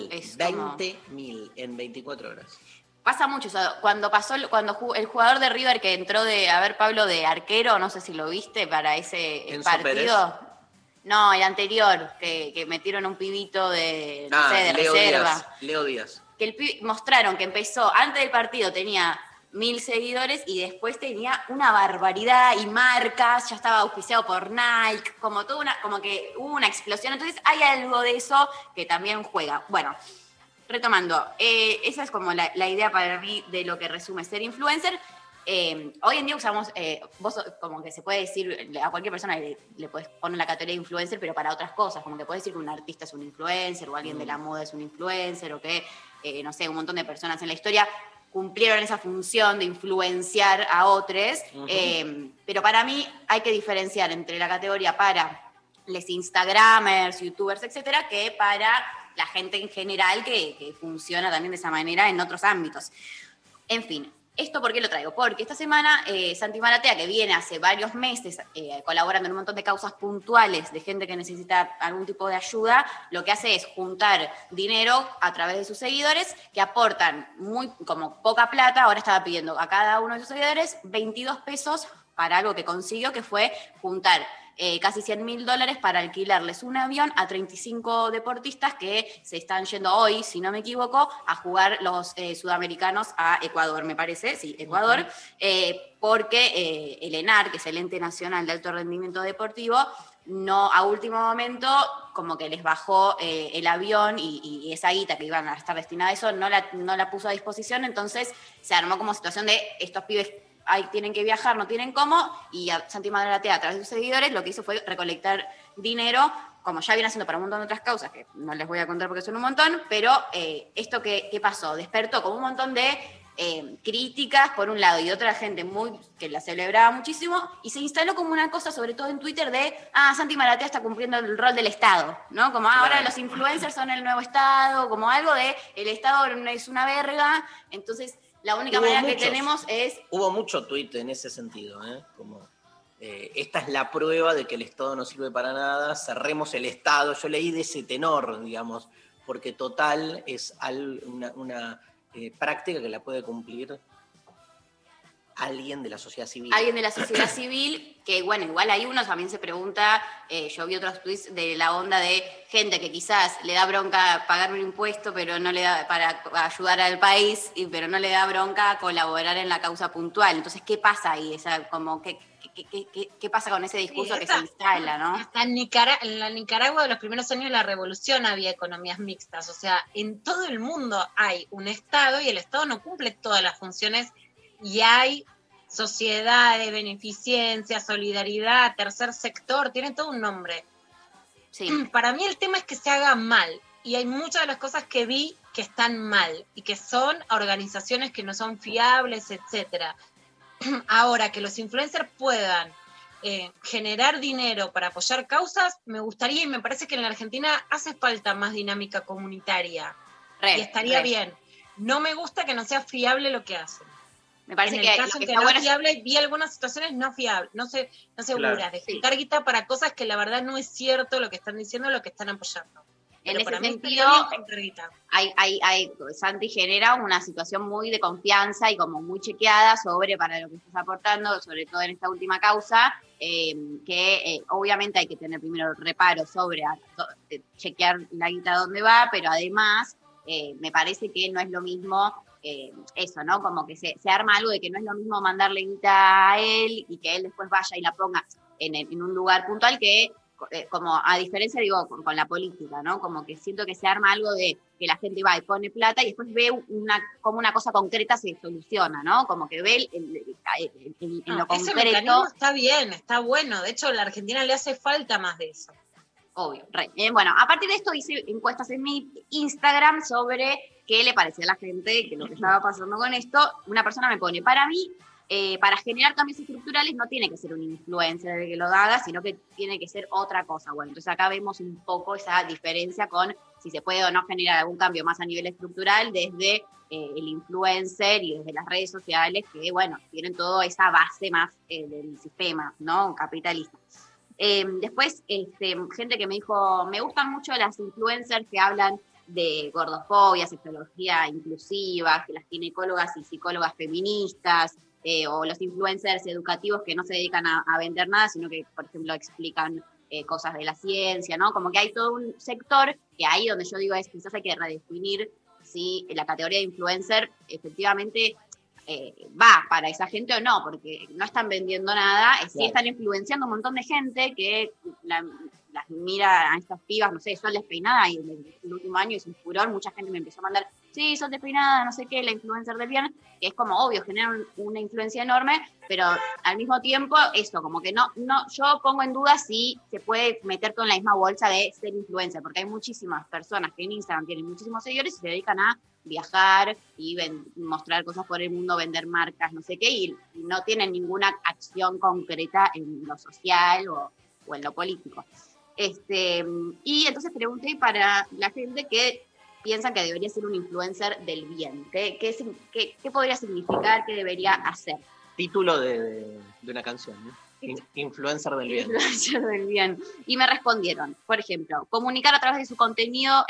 20.000 en 24 horas. Pasa mucho, o sea, cuando el jugador de River que entró Pablo, de arquero, no sé si lo viste, para ese Enzo partido. Pérez. No, el anterior, que metieron un pibito de reserva. Leo Díaz. Que mostraron que empezó, antes del partido tenía 1.000 seguidores y después tenía una barbaridad y marcas, ya estaba auspiciado por Nike, como que hubo una explosión. Entonces hay algo de eso que también juega. Bueno, retomando, esa es como la idea para mí de lo que resume ser influencer. Hoy en día usamos, vos como que se puede decir, a cualquier persona le puedes poner la categoría de influencer, pero para otras cosas, como que puedes decir que un artista es un influencer, o alguien de la moda es un influencer, o que, no sé, un montón de personas en la historia cumplieron esa función de influenciar a otros, pero para mí hay que diferenciar entre la categoría para los Instagramers, YouTubers, etcétera, que para la gente en general que funciona también de esa manera en otros ámbitos. En fin, ¿Esto por qué lo traigo? Porque esta semana Santi Maratea, que viene hace varios meses colaborando en un montón de causas puntuales de gente que necesita algún tipo de ayuda, lo que hace es juntar dinero a través de sus seguidores que aportan como poca plata. Ahora estaba pidiendo a cada uno de sus seguidores 22 pesos para algo que consiguió, que fue juntar casi $100.000 para alquilarles un avión a 35 deportistas que se están yendo hoy, si no me equivoco, a jugar los sudamericanos a Ecuador, me parece, sí, Ecuador, porque el ENAR, que es el Ente Nacional de Alto Rendimiento Deportivo, no, a último momento como que les bajó el avión y esa guita que iban a estar destinada a eso no la puso a disposición, entonces se armó como situación de estos pibes tienen que viajar, no tienen cómo, y a Santi Maratea, a través de sus seguidores, lo que hizo fue recolectar dinero, como ya viene haciendo para un montón de otras causas, que no les voy a contar porque son un montón, pero esto ¿qué pasó? Despertó como un montón de críticas, por un lado, y de otra gente que la celebraba muchísimo, y se instaló como una cosa, sobre todo en Twitter, de, Santi Maratea está cumpliendo el rol del Estado, ¿no? Como ahora los influencers son el nuevo Estado, como algo de, el Estado es una verga, entonces la única manera que tenemos es... Hubo mucho tuit en ese sentido, como esta es la prueba de que el Estado no sirve para nada, cerremos el Estado. Yo leí de ese tenor, digamos, porque total es una práctica que la puede cumplir alguien de la sociedad civil. Alguien de la sociedad civil, que bueno, igual hay uno también se pregunta, yo vi otros tweets de la onda de gente que quizás le da bronca pagar un impuesto, pero no le da para ayudar al país, pero no le da bronca colaborar en la causa puntual. Entonces, ¿qué pasa ahí? ¿Qué pasa con ese discurso que se instala, no? Hasta en la Nicaragua de los primeros años de la revolución había economías mixtas. O sea, en todo el mundo hay un Estado y el Estado no cumple todas las funciones y hay sociedades, beneficencia, solidaridad, tercer sector, tiene todo un nombre. Sí. Para mí el tema es que se haga mal, y hay muchas de las cosas que vi que están mal, y que son organizaciones que no son fiables, etcétera. Ahora, que los influencers puedan generar dinero para apoyar causas, me gustaría, y me parece que en la Argentina hace falta más dinámica comunitaria, y estaría bien. No me gusta que no sea fiable lo que hacen. Me parece en que el caso en que no es fiable, vi algunas situaciones no fiables, no seguras, de quitar guita para cosas que la verdad no es cierto lo que están diciendo, lo que están apoyando. En Pero ese sentido, Santi genera una situación muy de confianza y como muy chequeada para lo que estás aportando, sobre todo en esta última causa, que obviamente hay que tener primero reparo sobre chequear la guita dónde va, pero además me parece que no es lo mismo eso, ¿no? Como que se arma algo de que no es lo mismo mandarle guita a él y que él después vaya y la ponga en un lugar puntual que, como a diferencia, digo, con la política, ¿no? Como que siento que se arma algo de que la gente va y pone plata y después ve como una cosa concreta se soluciona, ¿no? Como que ve en lo concreto. Ese mecanismo está bien, está bueno. De hecho, a la Argentina le hace falta más de eso. Obvio. Bueno, a partir de esto hice encuestas en mi Instagram sobre qué le parecía a la gente que lo que estaba pasando con esto. Una persona me pone, para mí, para generar cambios estructurales no tiene que ser un influencer el que lo haga, sino que tiene que ser otra cosa. Bueno, entonces acá vemos un poco esa diferencia con si se puede o no generar algún cambio más a nivel estructural desde el influencer y desde las redes sociales que, bueno, tienen toda esa base más del sistema, ¿no? Capitalista. Después, gente que me dijo, me gustan mucho las influencers que hablan de gordofobia, sexología inclusiva, que las ginecólogas y psicólogas feministas, o los influencers educativos que no se dedican a vender nada, sino que, por ejemplo, explican cosas de la ciencia, ¿no? Como que hay todo un sector que ahí donde yo digo quizás hay que redefinir si la categoría de influencer efectivamente va para esa gente o no, porque no están vendiendo nada, sí están influenciando un montón de gente que las mira a estas pibas, no sé, Sol Despeinada, y en el último año es un furor, mucha gente me empezó a mandar, sí, Sol Despeinada, no sé qué, la influencer del bien, que es como obvio, genera una influencia enorme, pero al mismo tiempo, eso, como que no, yo pongo en duda si se puede meter todo en la misma bolsa de ser influencer, porque hay muchísimas personas que en Instagram tienen muchísimos seguidores y se dedican a viajar y mostrar cosas por el mundo, vender marcas, no sé qué, y no tienen ninguna acción concreta en lo social o en lo político. Y entonces pregunté para la gente que piensan que debería ser un influencer del bien. ¿Qué podría significar? ¿Qué debería hacer? Título de una canción, ¿no? Influencer del bien. Influencer del bien. Y me respondieron, por ejemplo, comunicar a través de su contenido,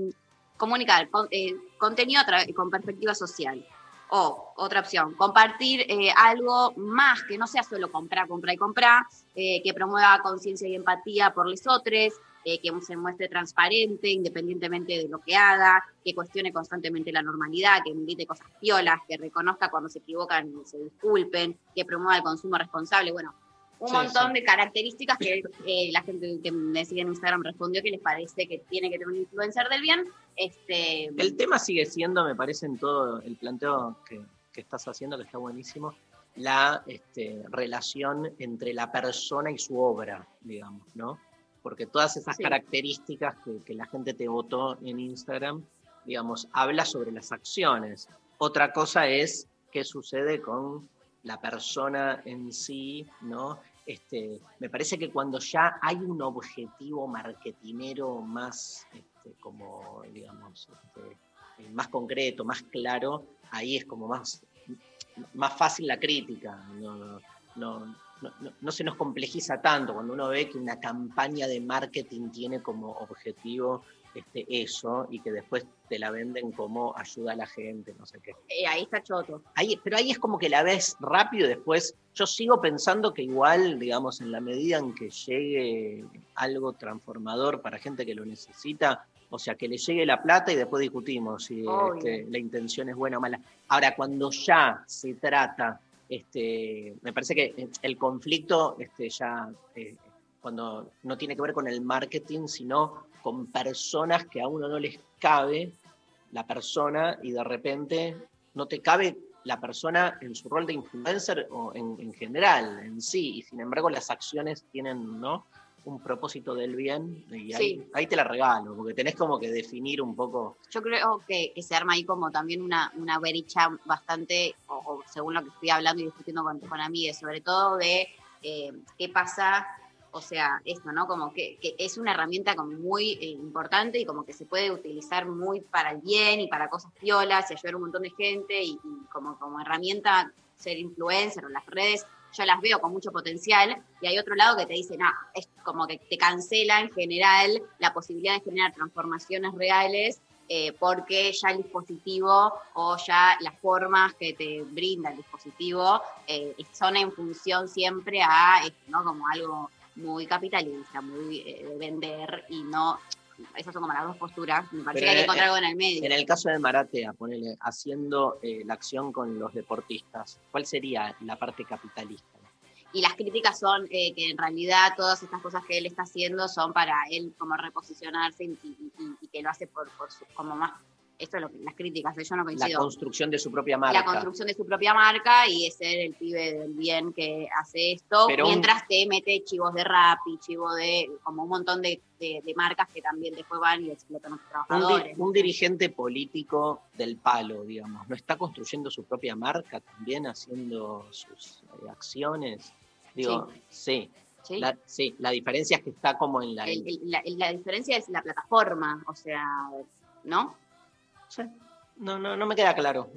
contenido con perspectiva social. O, otra opción, compartir algo más que no sea solo comprar, que promueva conciencia y empatía por los otros, que se muestre transparente independientemente de lo que haga, que cuestione constantemente la normalidad, que milite cosas piolas, que reconozca cuando se equivocan y se disculpen, que promueva el consumo responsable. Bueno, un montón de características que la gente que me sigue en Instagram respondió que les parece que tiene que tener un influencer del bien. El tema sigue siendo, me parece, en todo el planteo que estás haciendo, que está buenísimo, la relación entre la persona y su obra, digamos, ¿no? Porque todas esas características que la gente te votó en Instagram, digamos, habla sobre las acciones. Otra cosa es qué sucede con la persona en sí, ¿no? Me parece que cuando ya hay un objetivo marketinero más, como, digamos, más concreto, más claro, ahí es como más fácil la crítica. No se nos complejiza tanto cuando uno ve que una campaña de marketing tiene como objetivo eso, y que después te la venden como ayuda a la gente, no sé qué. Ahí está choto. Pero ahí es como que la ves rápido y después yo sigo pensando que igual, digamos, en la medida en que llegue algo transformador para gente que lo necesita, o sea, que le llegue la plata y después discutimos si la intención es buena o mala. Ahora, cuando ya se trata, me parece que el conflicto cuando no tiene que ver con el marketing, sino con personas que a uno no les cabe la persona y de repente no te cabe la persona en su rol de influencer o en general, en sí, y sin embargo las acciones tienen, ¿no?, un propósito del bien, y ahí te la regalo, porque tenés como que definir un poco. Yo creo que se arma ahí como también una brecha bastante, o según lo que estoy hablando y discutiendo con amigas, sobre todo de qué pasa. O sea, esto, ¿no? Como que es una herramienta como muy importante y como que se puede utilizar muy para el bien y para cosas piolas y ayudar a un montón de gente y como herramienta ser influencer o las redes, yo las veo con mucho potencial. Y hay otro lado que te dice, no, es como que te cancela en general la posibilidad de generar transformaciones reales porque ya el dispositivo o ya las formas que te brinda el dispositivo son en función siempre a esto, ¿no? Como algo muy capitalista, muy de vender, y no, esas son como las dos posturas. Me parece que hay que encontrar algo en el medio. En el caso de Maratea, ponele, haciendo la acción con los deportistas, ¿cuál sería la parte capitalista? Y las críticas son que en realidad todas estas cosas que él está haciendo son para él como reposicionarse y que lo hace por su, como más. Esto es lo que las críticas, yo no coincido. La construcción de su propia marca. La construcción de su propia marca y es ser el pibe del bien que hace esto, pero mientras te mete chivos de Rappi, chivos de como un montón de marcas que también después van y explotan a los trabajadores. Un dirigente político del palo, digamos, ¿no está construyendo su propia marca también, haciendo sus acciones? Digo, sí. La diferencia es que está como en la... La diferencia es la plataforma, o sea, ¿no? Sí. No me queda claro.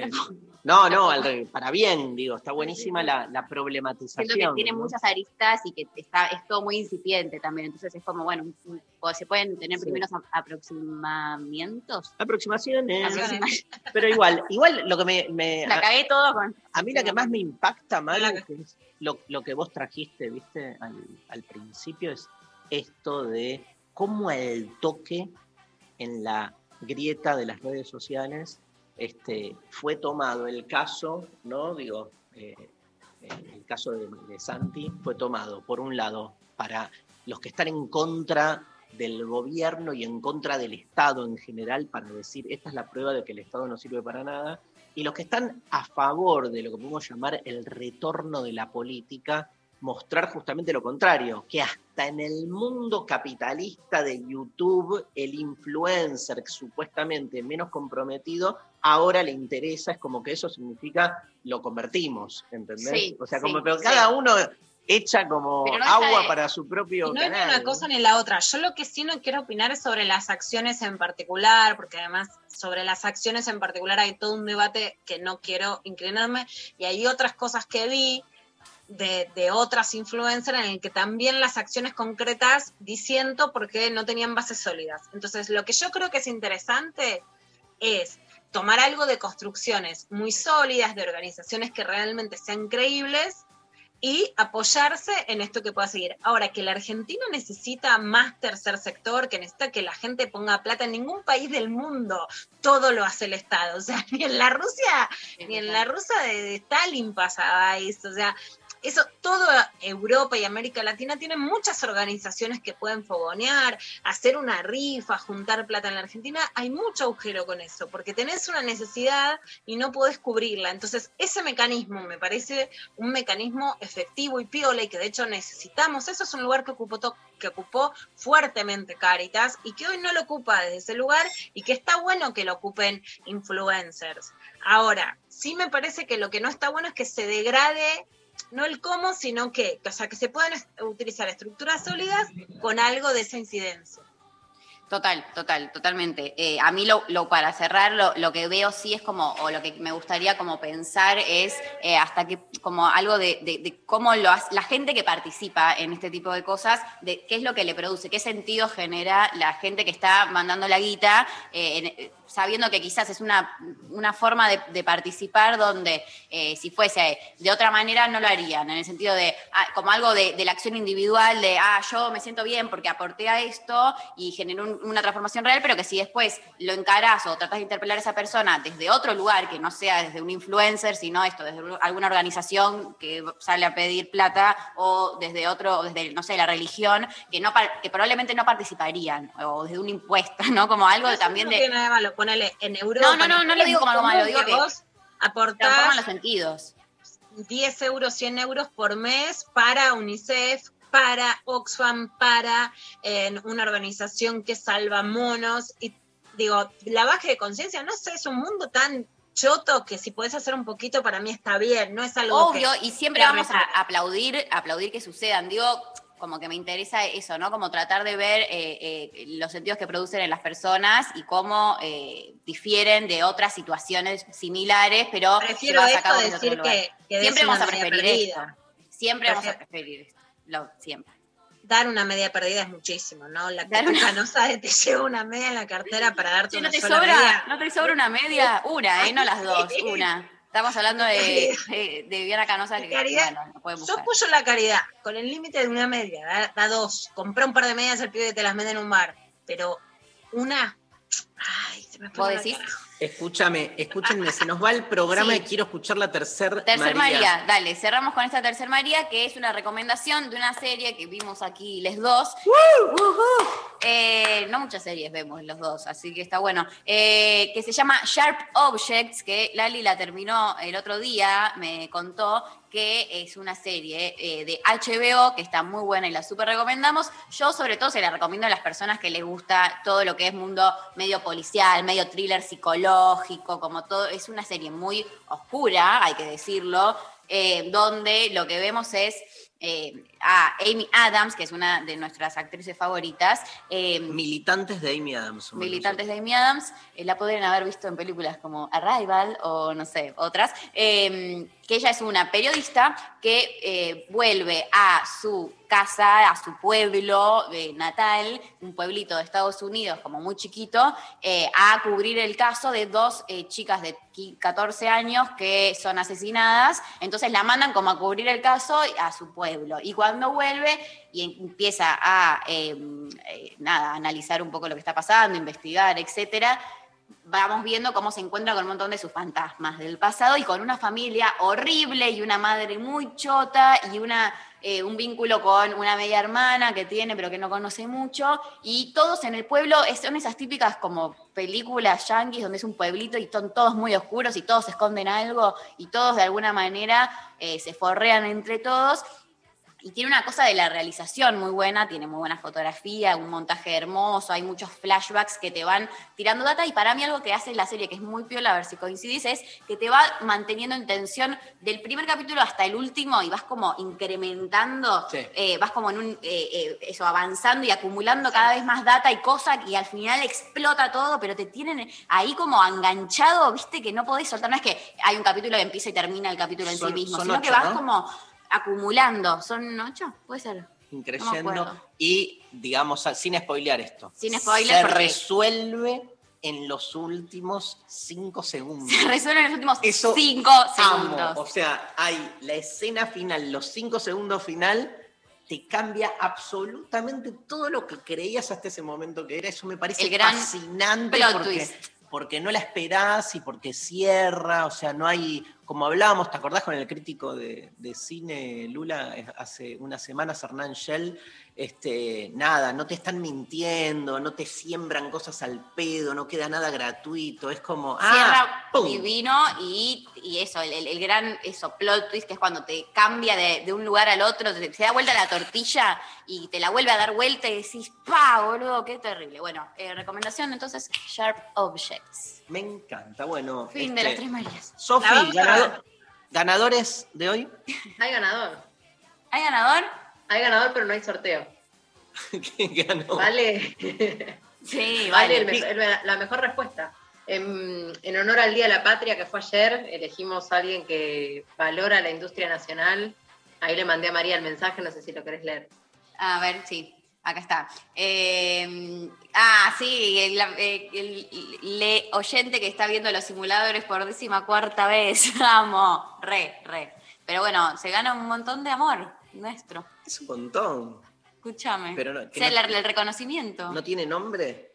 Para bien, digo, está buenísima la problematización. Siento que tiene muchas aristas y que es todo muy incipiente también, entonces es como, bueno, se pueden tener primeros aproximamientos. Aproximaciones. Pero igual lo que me la cagué todo con... A mí la que más me impacta, Maru, que es lo que vos trajiste, viste, al principio, es esto de cómo el toque en la grieta de las redes sociales fue tomado el caso, ¿no? Digo, el caso de Santi fue tomado, por un lado, para los que están en contra del gobierno y en contra del Estado en general, para decir, esta es la prueba de que el Estado no sirve para nada, y los que están a favor de lo que podemos llamar el retorno de la política, mostrar justamente lo contrario, que hasta en el mundo capitalista de YouTube, el influencer supuestamente menos comprometido, ahora le interesa, es como que eso significa lo convertimos, ¿entendés? Sí, o sea, como pero cada uno hecha como Pero no agua está de- para su propio Y no hay ni canal. una cosa ni la otra. Yo lo que sí no quiero opinar es sobre las acciones en particular, porque además sobre las acciones en particular hay todo un debate que no quiero inclinarme, y hay otras cosas que vi de otras influencers en el que también las acciones concretas disiento porque no tenían bases sólidas. Entonces, lo que yo creo que es interesante es tomar algo de construcciones muy sólidas, de organizaciones que realmente sean creíbles, y apoyarse en esto que pueda seguir. Ahora, que la Argentina necesita más tercer sector, que necesita que la gente ponga plata, en ningún país del mundo todo lo hace el Estado. O sea, ni en la Rusia de Stalin pasaba eso. O sea, eso, toda Europa y América Latina tienen muchas organizaciones que pueden fogonear, hacer una rifa, juntar plata. En la Argentina hay mucho agujero con eso, porque tenés una necesidad y no podés cubrirla. Entonces, ese mecanismo me parece un mecanismo efectivo y piola, y que de hecho necesitamos. Eso es un lugar que ocupó fuertemente Cáritas, y que hoy no lo ocupa desde ese lugar, y que está bueno que lo ocupen influencers. Ahora, sí me parece que lo que no está bueno es que se degrade no el cómo, sino que, o sea, que se puedan utilizar estructuras sólidas con algo de esa incidencia. Totalmente. A mí para cerrar, lo que veo sí es como, o lo que me gustaría como pensar es hasta que, como algo de cómo la gente que participa en este tipo de cosas, de qué es lo que le produce, qué sentido genera la gente que está mandando la guita, sabiendo que quizás es una forma de participar donde si fuese de otra manera no lo harían, en el sentido de como algo de la acción individual, de yo me siento bien porque aporté a esto y generó una transformación real, pero que si después lo encarás o tratás de interpelar a esa persona desde otro lugar, que no sea desde un influencer, sino desde alguna organización que sale a pedir plata, o desde no sé, la religión, que probablemente no participarían, o desde un impuesto, ¿no? Como algo también de... No tiene nada de malo, ponele en Europa. No lo digo como algo malo, digo que vos aportás transforman los sentidos. 10 euros, 100 euros por mes para UNICEF, para Oxfam, para una organización que salva monos. Y digo, la baja de conciencia, no sé, es un mundo tan choto que si podés hacer un poquito, para mí está bien, no es algo obvio, y siempre vamos a aplaudir que sucedan. Digo, como que me interesa eso, ¿no? Como tratar de ver los sentidos que producen en las personas y cómo difieren de otras situaciones similares, pero prefiero llevadas a cabo esto, desde otro decir lugar. que Siempre vamos a media preferir perdida. esto. Siempre vamos a preferir esto. Siempre. Dar una media perdida es muchísimo, ¿no? La canosa te lleva una media en la cartera para darte una sola media. ¿No te sobra una media? Una, no las dos, una. Estamos hablando de Viviana Canosa, que caridad. Bueno, no pueden Yo buscar. apoyo la caridad, con el límite de una media, da dos. Compré un par de medias al pibe que te las venden en un bar, pero una... Ay, se me fue. ¿Vos decís? Escúchame, escúchenme, se nos va el programa Sí. y quiero escuchar la tercer María, dale, cerramos con esta Tercer María, que es una recomendación de una serie que vimos aquí les dos. No muchas series vemos los dos, así que está bueno. Que se llama Sharp Objects, que Lali la terminó el otro día, me contó que es una serie de HBO que está muy buena y la súper recomendamos. Yo sobre todo se la recomiendo a las personas que les gusta todo lo que es mundo medio policial, medio thriller psicológico, como todo. Es una serie muy oscura, hay que decirlo, donde lo que vemos es a Amy Adams, que es una de nuestras actrices favoritas. Militantes de Amy Adams. Militantes de Amy Adams, la podrían haber visto en películas como Arrival o no sé, otras, que ella es una periodista que vuelve a su casa, a su pueblo natal, un pueblito de Estados Unidos como muy chiquito, a cubrir el caso de dos chicas de 14 años que son asesinadas. Entonces la mandan como a cubrir el caso a su pueblo, y cuando vuelve y empieza a analizar un poco lo que está pasando, investigar, etcétera, vamos viendo cómo se encuentra con un montón de sus fantasmas del pasado y con una familia horrible y una madre muy chota y un vínculo con una media hermana que tiene pero que no conoce mucho, y todos en el pueblo son esas típicas como películas yanquis donde es un pueblito y son todos muy oscuros y todos esconden algo y todos de alguna manera se forrean entre todos. Y tiene una cosa de la realización muy buena, tiene muy buena fotografía, un montaje hermoso, hay muchos flashbacks que te van tirando data, y para mí algo que hace la serie, que es muy piola, a ver si coincidís, es que te va manteniendo en tensión del primer capítulo hasta el último y vas como incrementando, vas como en eso, avanzando y acumulando cada vez más data y cosas, y al final explota todo, pero te tienen ahí como enganchado, viste, que no podés soltar. No es que hay un capítulo que empieza y termina el capítulo en sí mismo, sino 8, que vas, ¿no?, como acumulando. ¿Son 8? Puede ser. Increyendo. No y, digamos, sin spoilear esto. Sin spoiler, se resuelve en los últimos 5 segundos. Se resuelve en los últimos 5 segundos. O sea, hay la escena final, los 5 segundos final, te cambia absolutamente todo lo que creías hasta ese momento que era. Eso me parece fascinante porque no la esperás y porque cierra, o sea, no hay, como hablábamos, ¿te acordás con el crítico de cine, Lula, hace unas semanas, Hernán Schell? Nada, no te están mintiendo, no te siembran cosas al pedo, no queda nada gratuito, es como, cierra ¡pum! Divino, y eso, el gran plot twist, que es cuando te cambia de un lugar al otro, se da vuelta la tortilla y te la vuelve a dar vuelta y decís, ¡pa, boludo, qué terrible! Bueno, recomendación entonces, Sharp Objects. Me encanta, bueno. Fin de las Tres Marías. Sofi, ¿ganadores de hoy? Hay ganador. ¿Hay ganador? Hay ganador, pero no hay sorteo. ¿Quién ganó? Vale. Sí, vale. La mejor respuesta. En honor al Día de la Patria, que fue ayer, elegimos a alguien que valora la industria nacional. Ahí le mandé a María el mensaje, no sé si lo querés leer. A ver, sí. Acá está. Sí, el oyente que está viendo los simuladores por 14ª vez. Amo. Re. Pero bueno, se gana un montón de amor nuestro. Es un montón. Escúchame. Pero el reconocimiento. ¿No tiene nombre?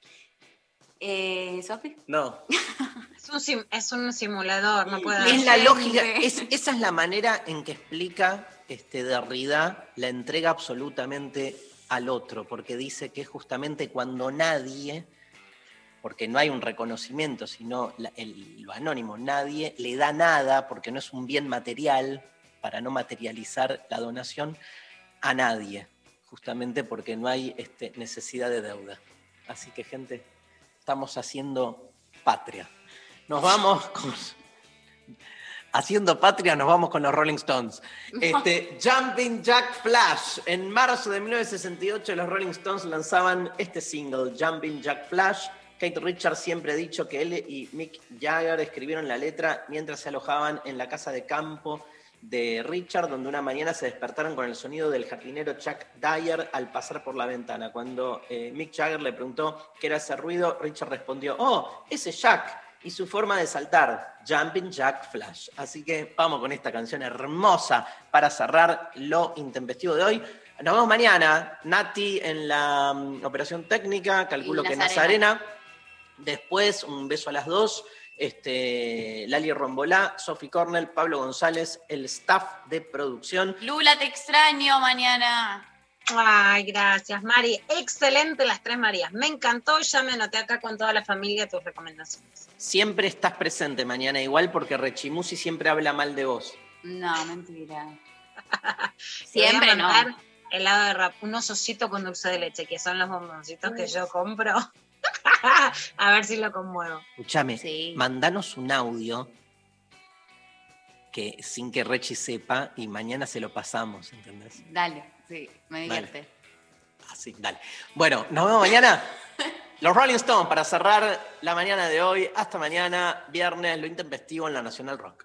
¿Sofi? No. Es un simulador, no puede Es la lógica, esa es la manera en que explica Derrida la entrega absolutamente al otro, porque dice que es justamente cuando nadie, porque no hay un reconocimiento, sino lo anónimo, nadie le da nada, porque no es un bien material, para no materializar la donación, a nadie, justamente porque no hay necesidad de deuda. Así que, gente, estamos haciendo patria. Nos vamos haciendo patria, nos vamos con los Rolling Stones. Jumping Jack Flash. En marzo de 1968 los Rolling Stones lanzaban este single, Jumping Jack Flash. Keith Richards siempre ha dicho que él y Mick Jagger escribieron la letra mientras se alojaban en la casa de campo de Richard, donde una mañana se despertaron con el sonido del jardinero Chuck Dyer al pasar por la ventana. Cuando Mick Jagger le preguntó qué era ese ruido, Richard respondió, ¡oh, ese Jack! Y su forma de saltar, Jumping Jack Flash. Así que vamos con esta canción hermosa para cerrar lo intempestivo de hoy. Nos vemos mañana. Nati en la operación técnica, calculo que Nazarena. Después, un beso a las 2. Lali Rombolá, Sofi Cornell, Pablo González, el staff de producción. Lula, te extraño mañana. Ay, gracias, Mari. Excelente las Tres Marías. Me encantó, ya me anoté acá con toda la familia tus recomendaciones. Siempre estás presente mañana igual porque Rechimusi siempre habla mal de vos. No, mentira. Siempre no. Helado de rap, unos ositos con dulce de leche, que son los bomboncitos que yo compro. A ver si lo conmuevo. Escúchame, mandanos un audio que sin que Rechi sepa y mañana se lo pasamos, ¿entendés? Dale, sí, me divierte. Dale. Así, dale. Bueno, nos vemos mañana. Los Rolling Stones para cerrar la mañana de hoy. Hasta mañana, viernes, lo intempestivo en la Nacional Rock.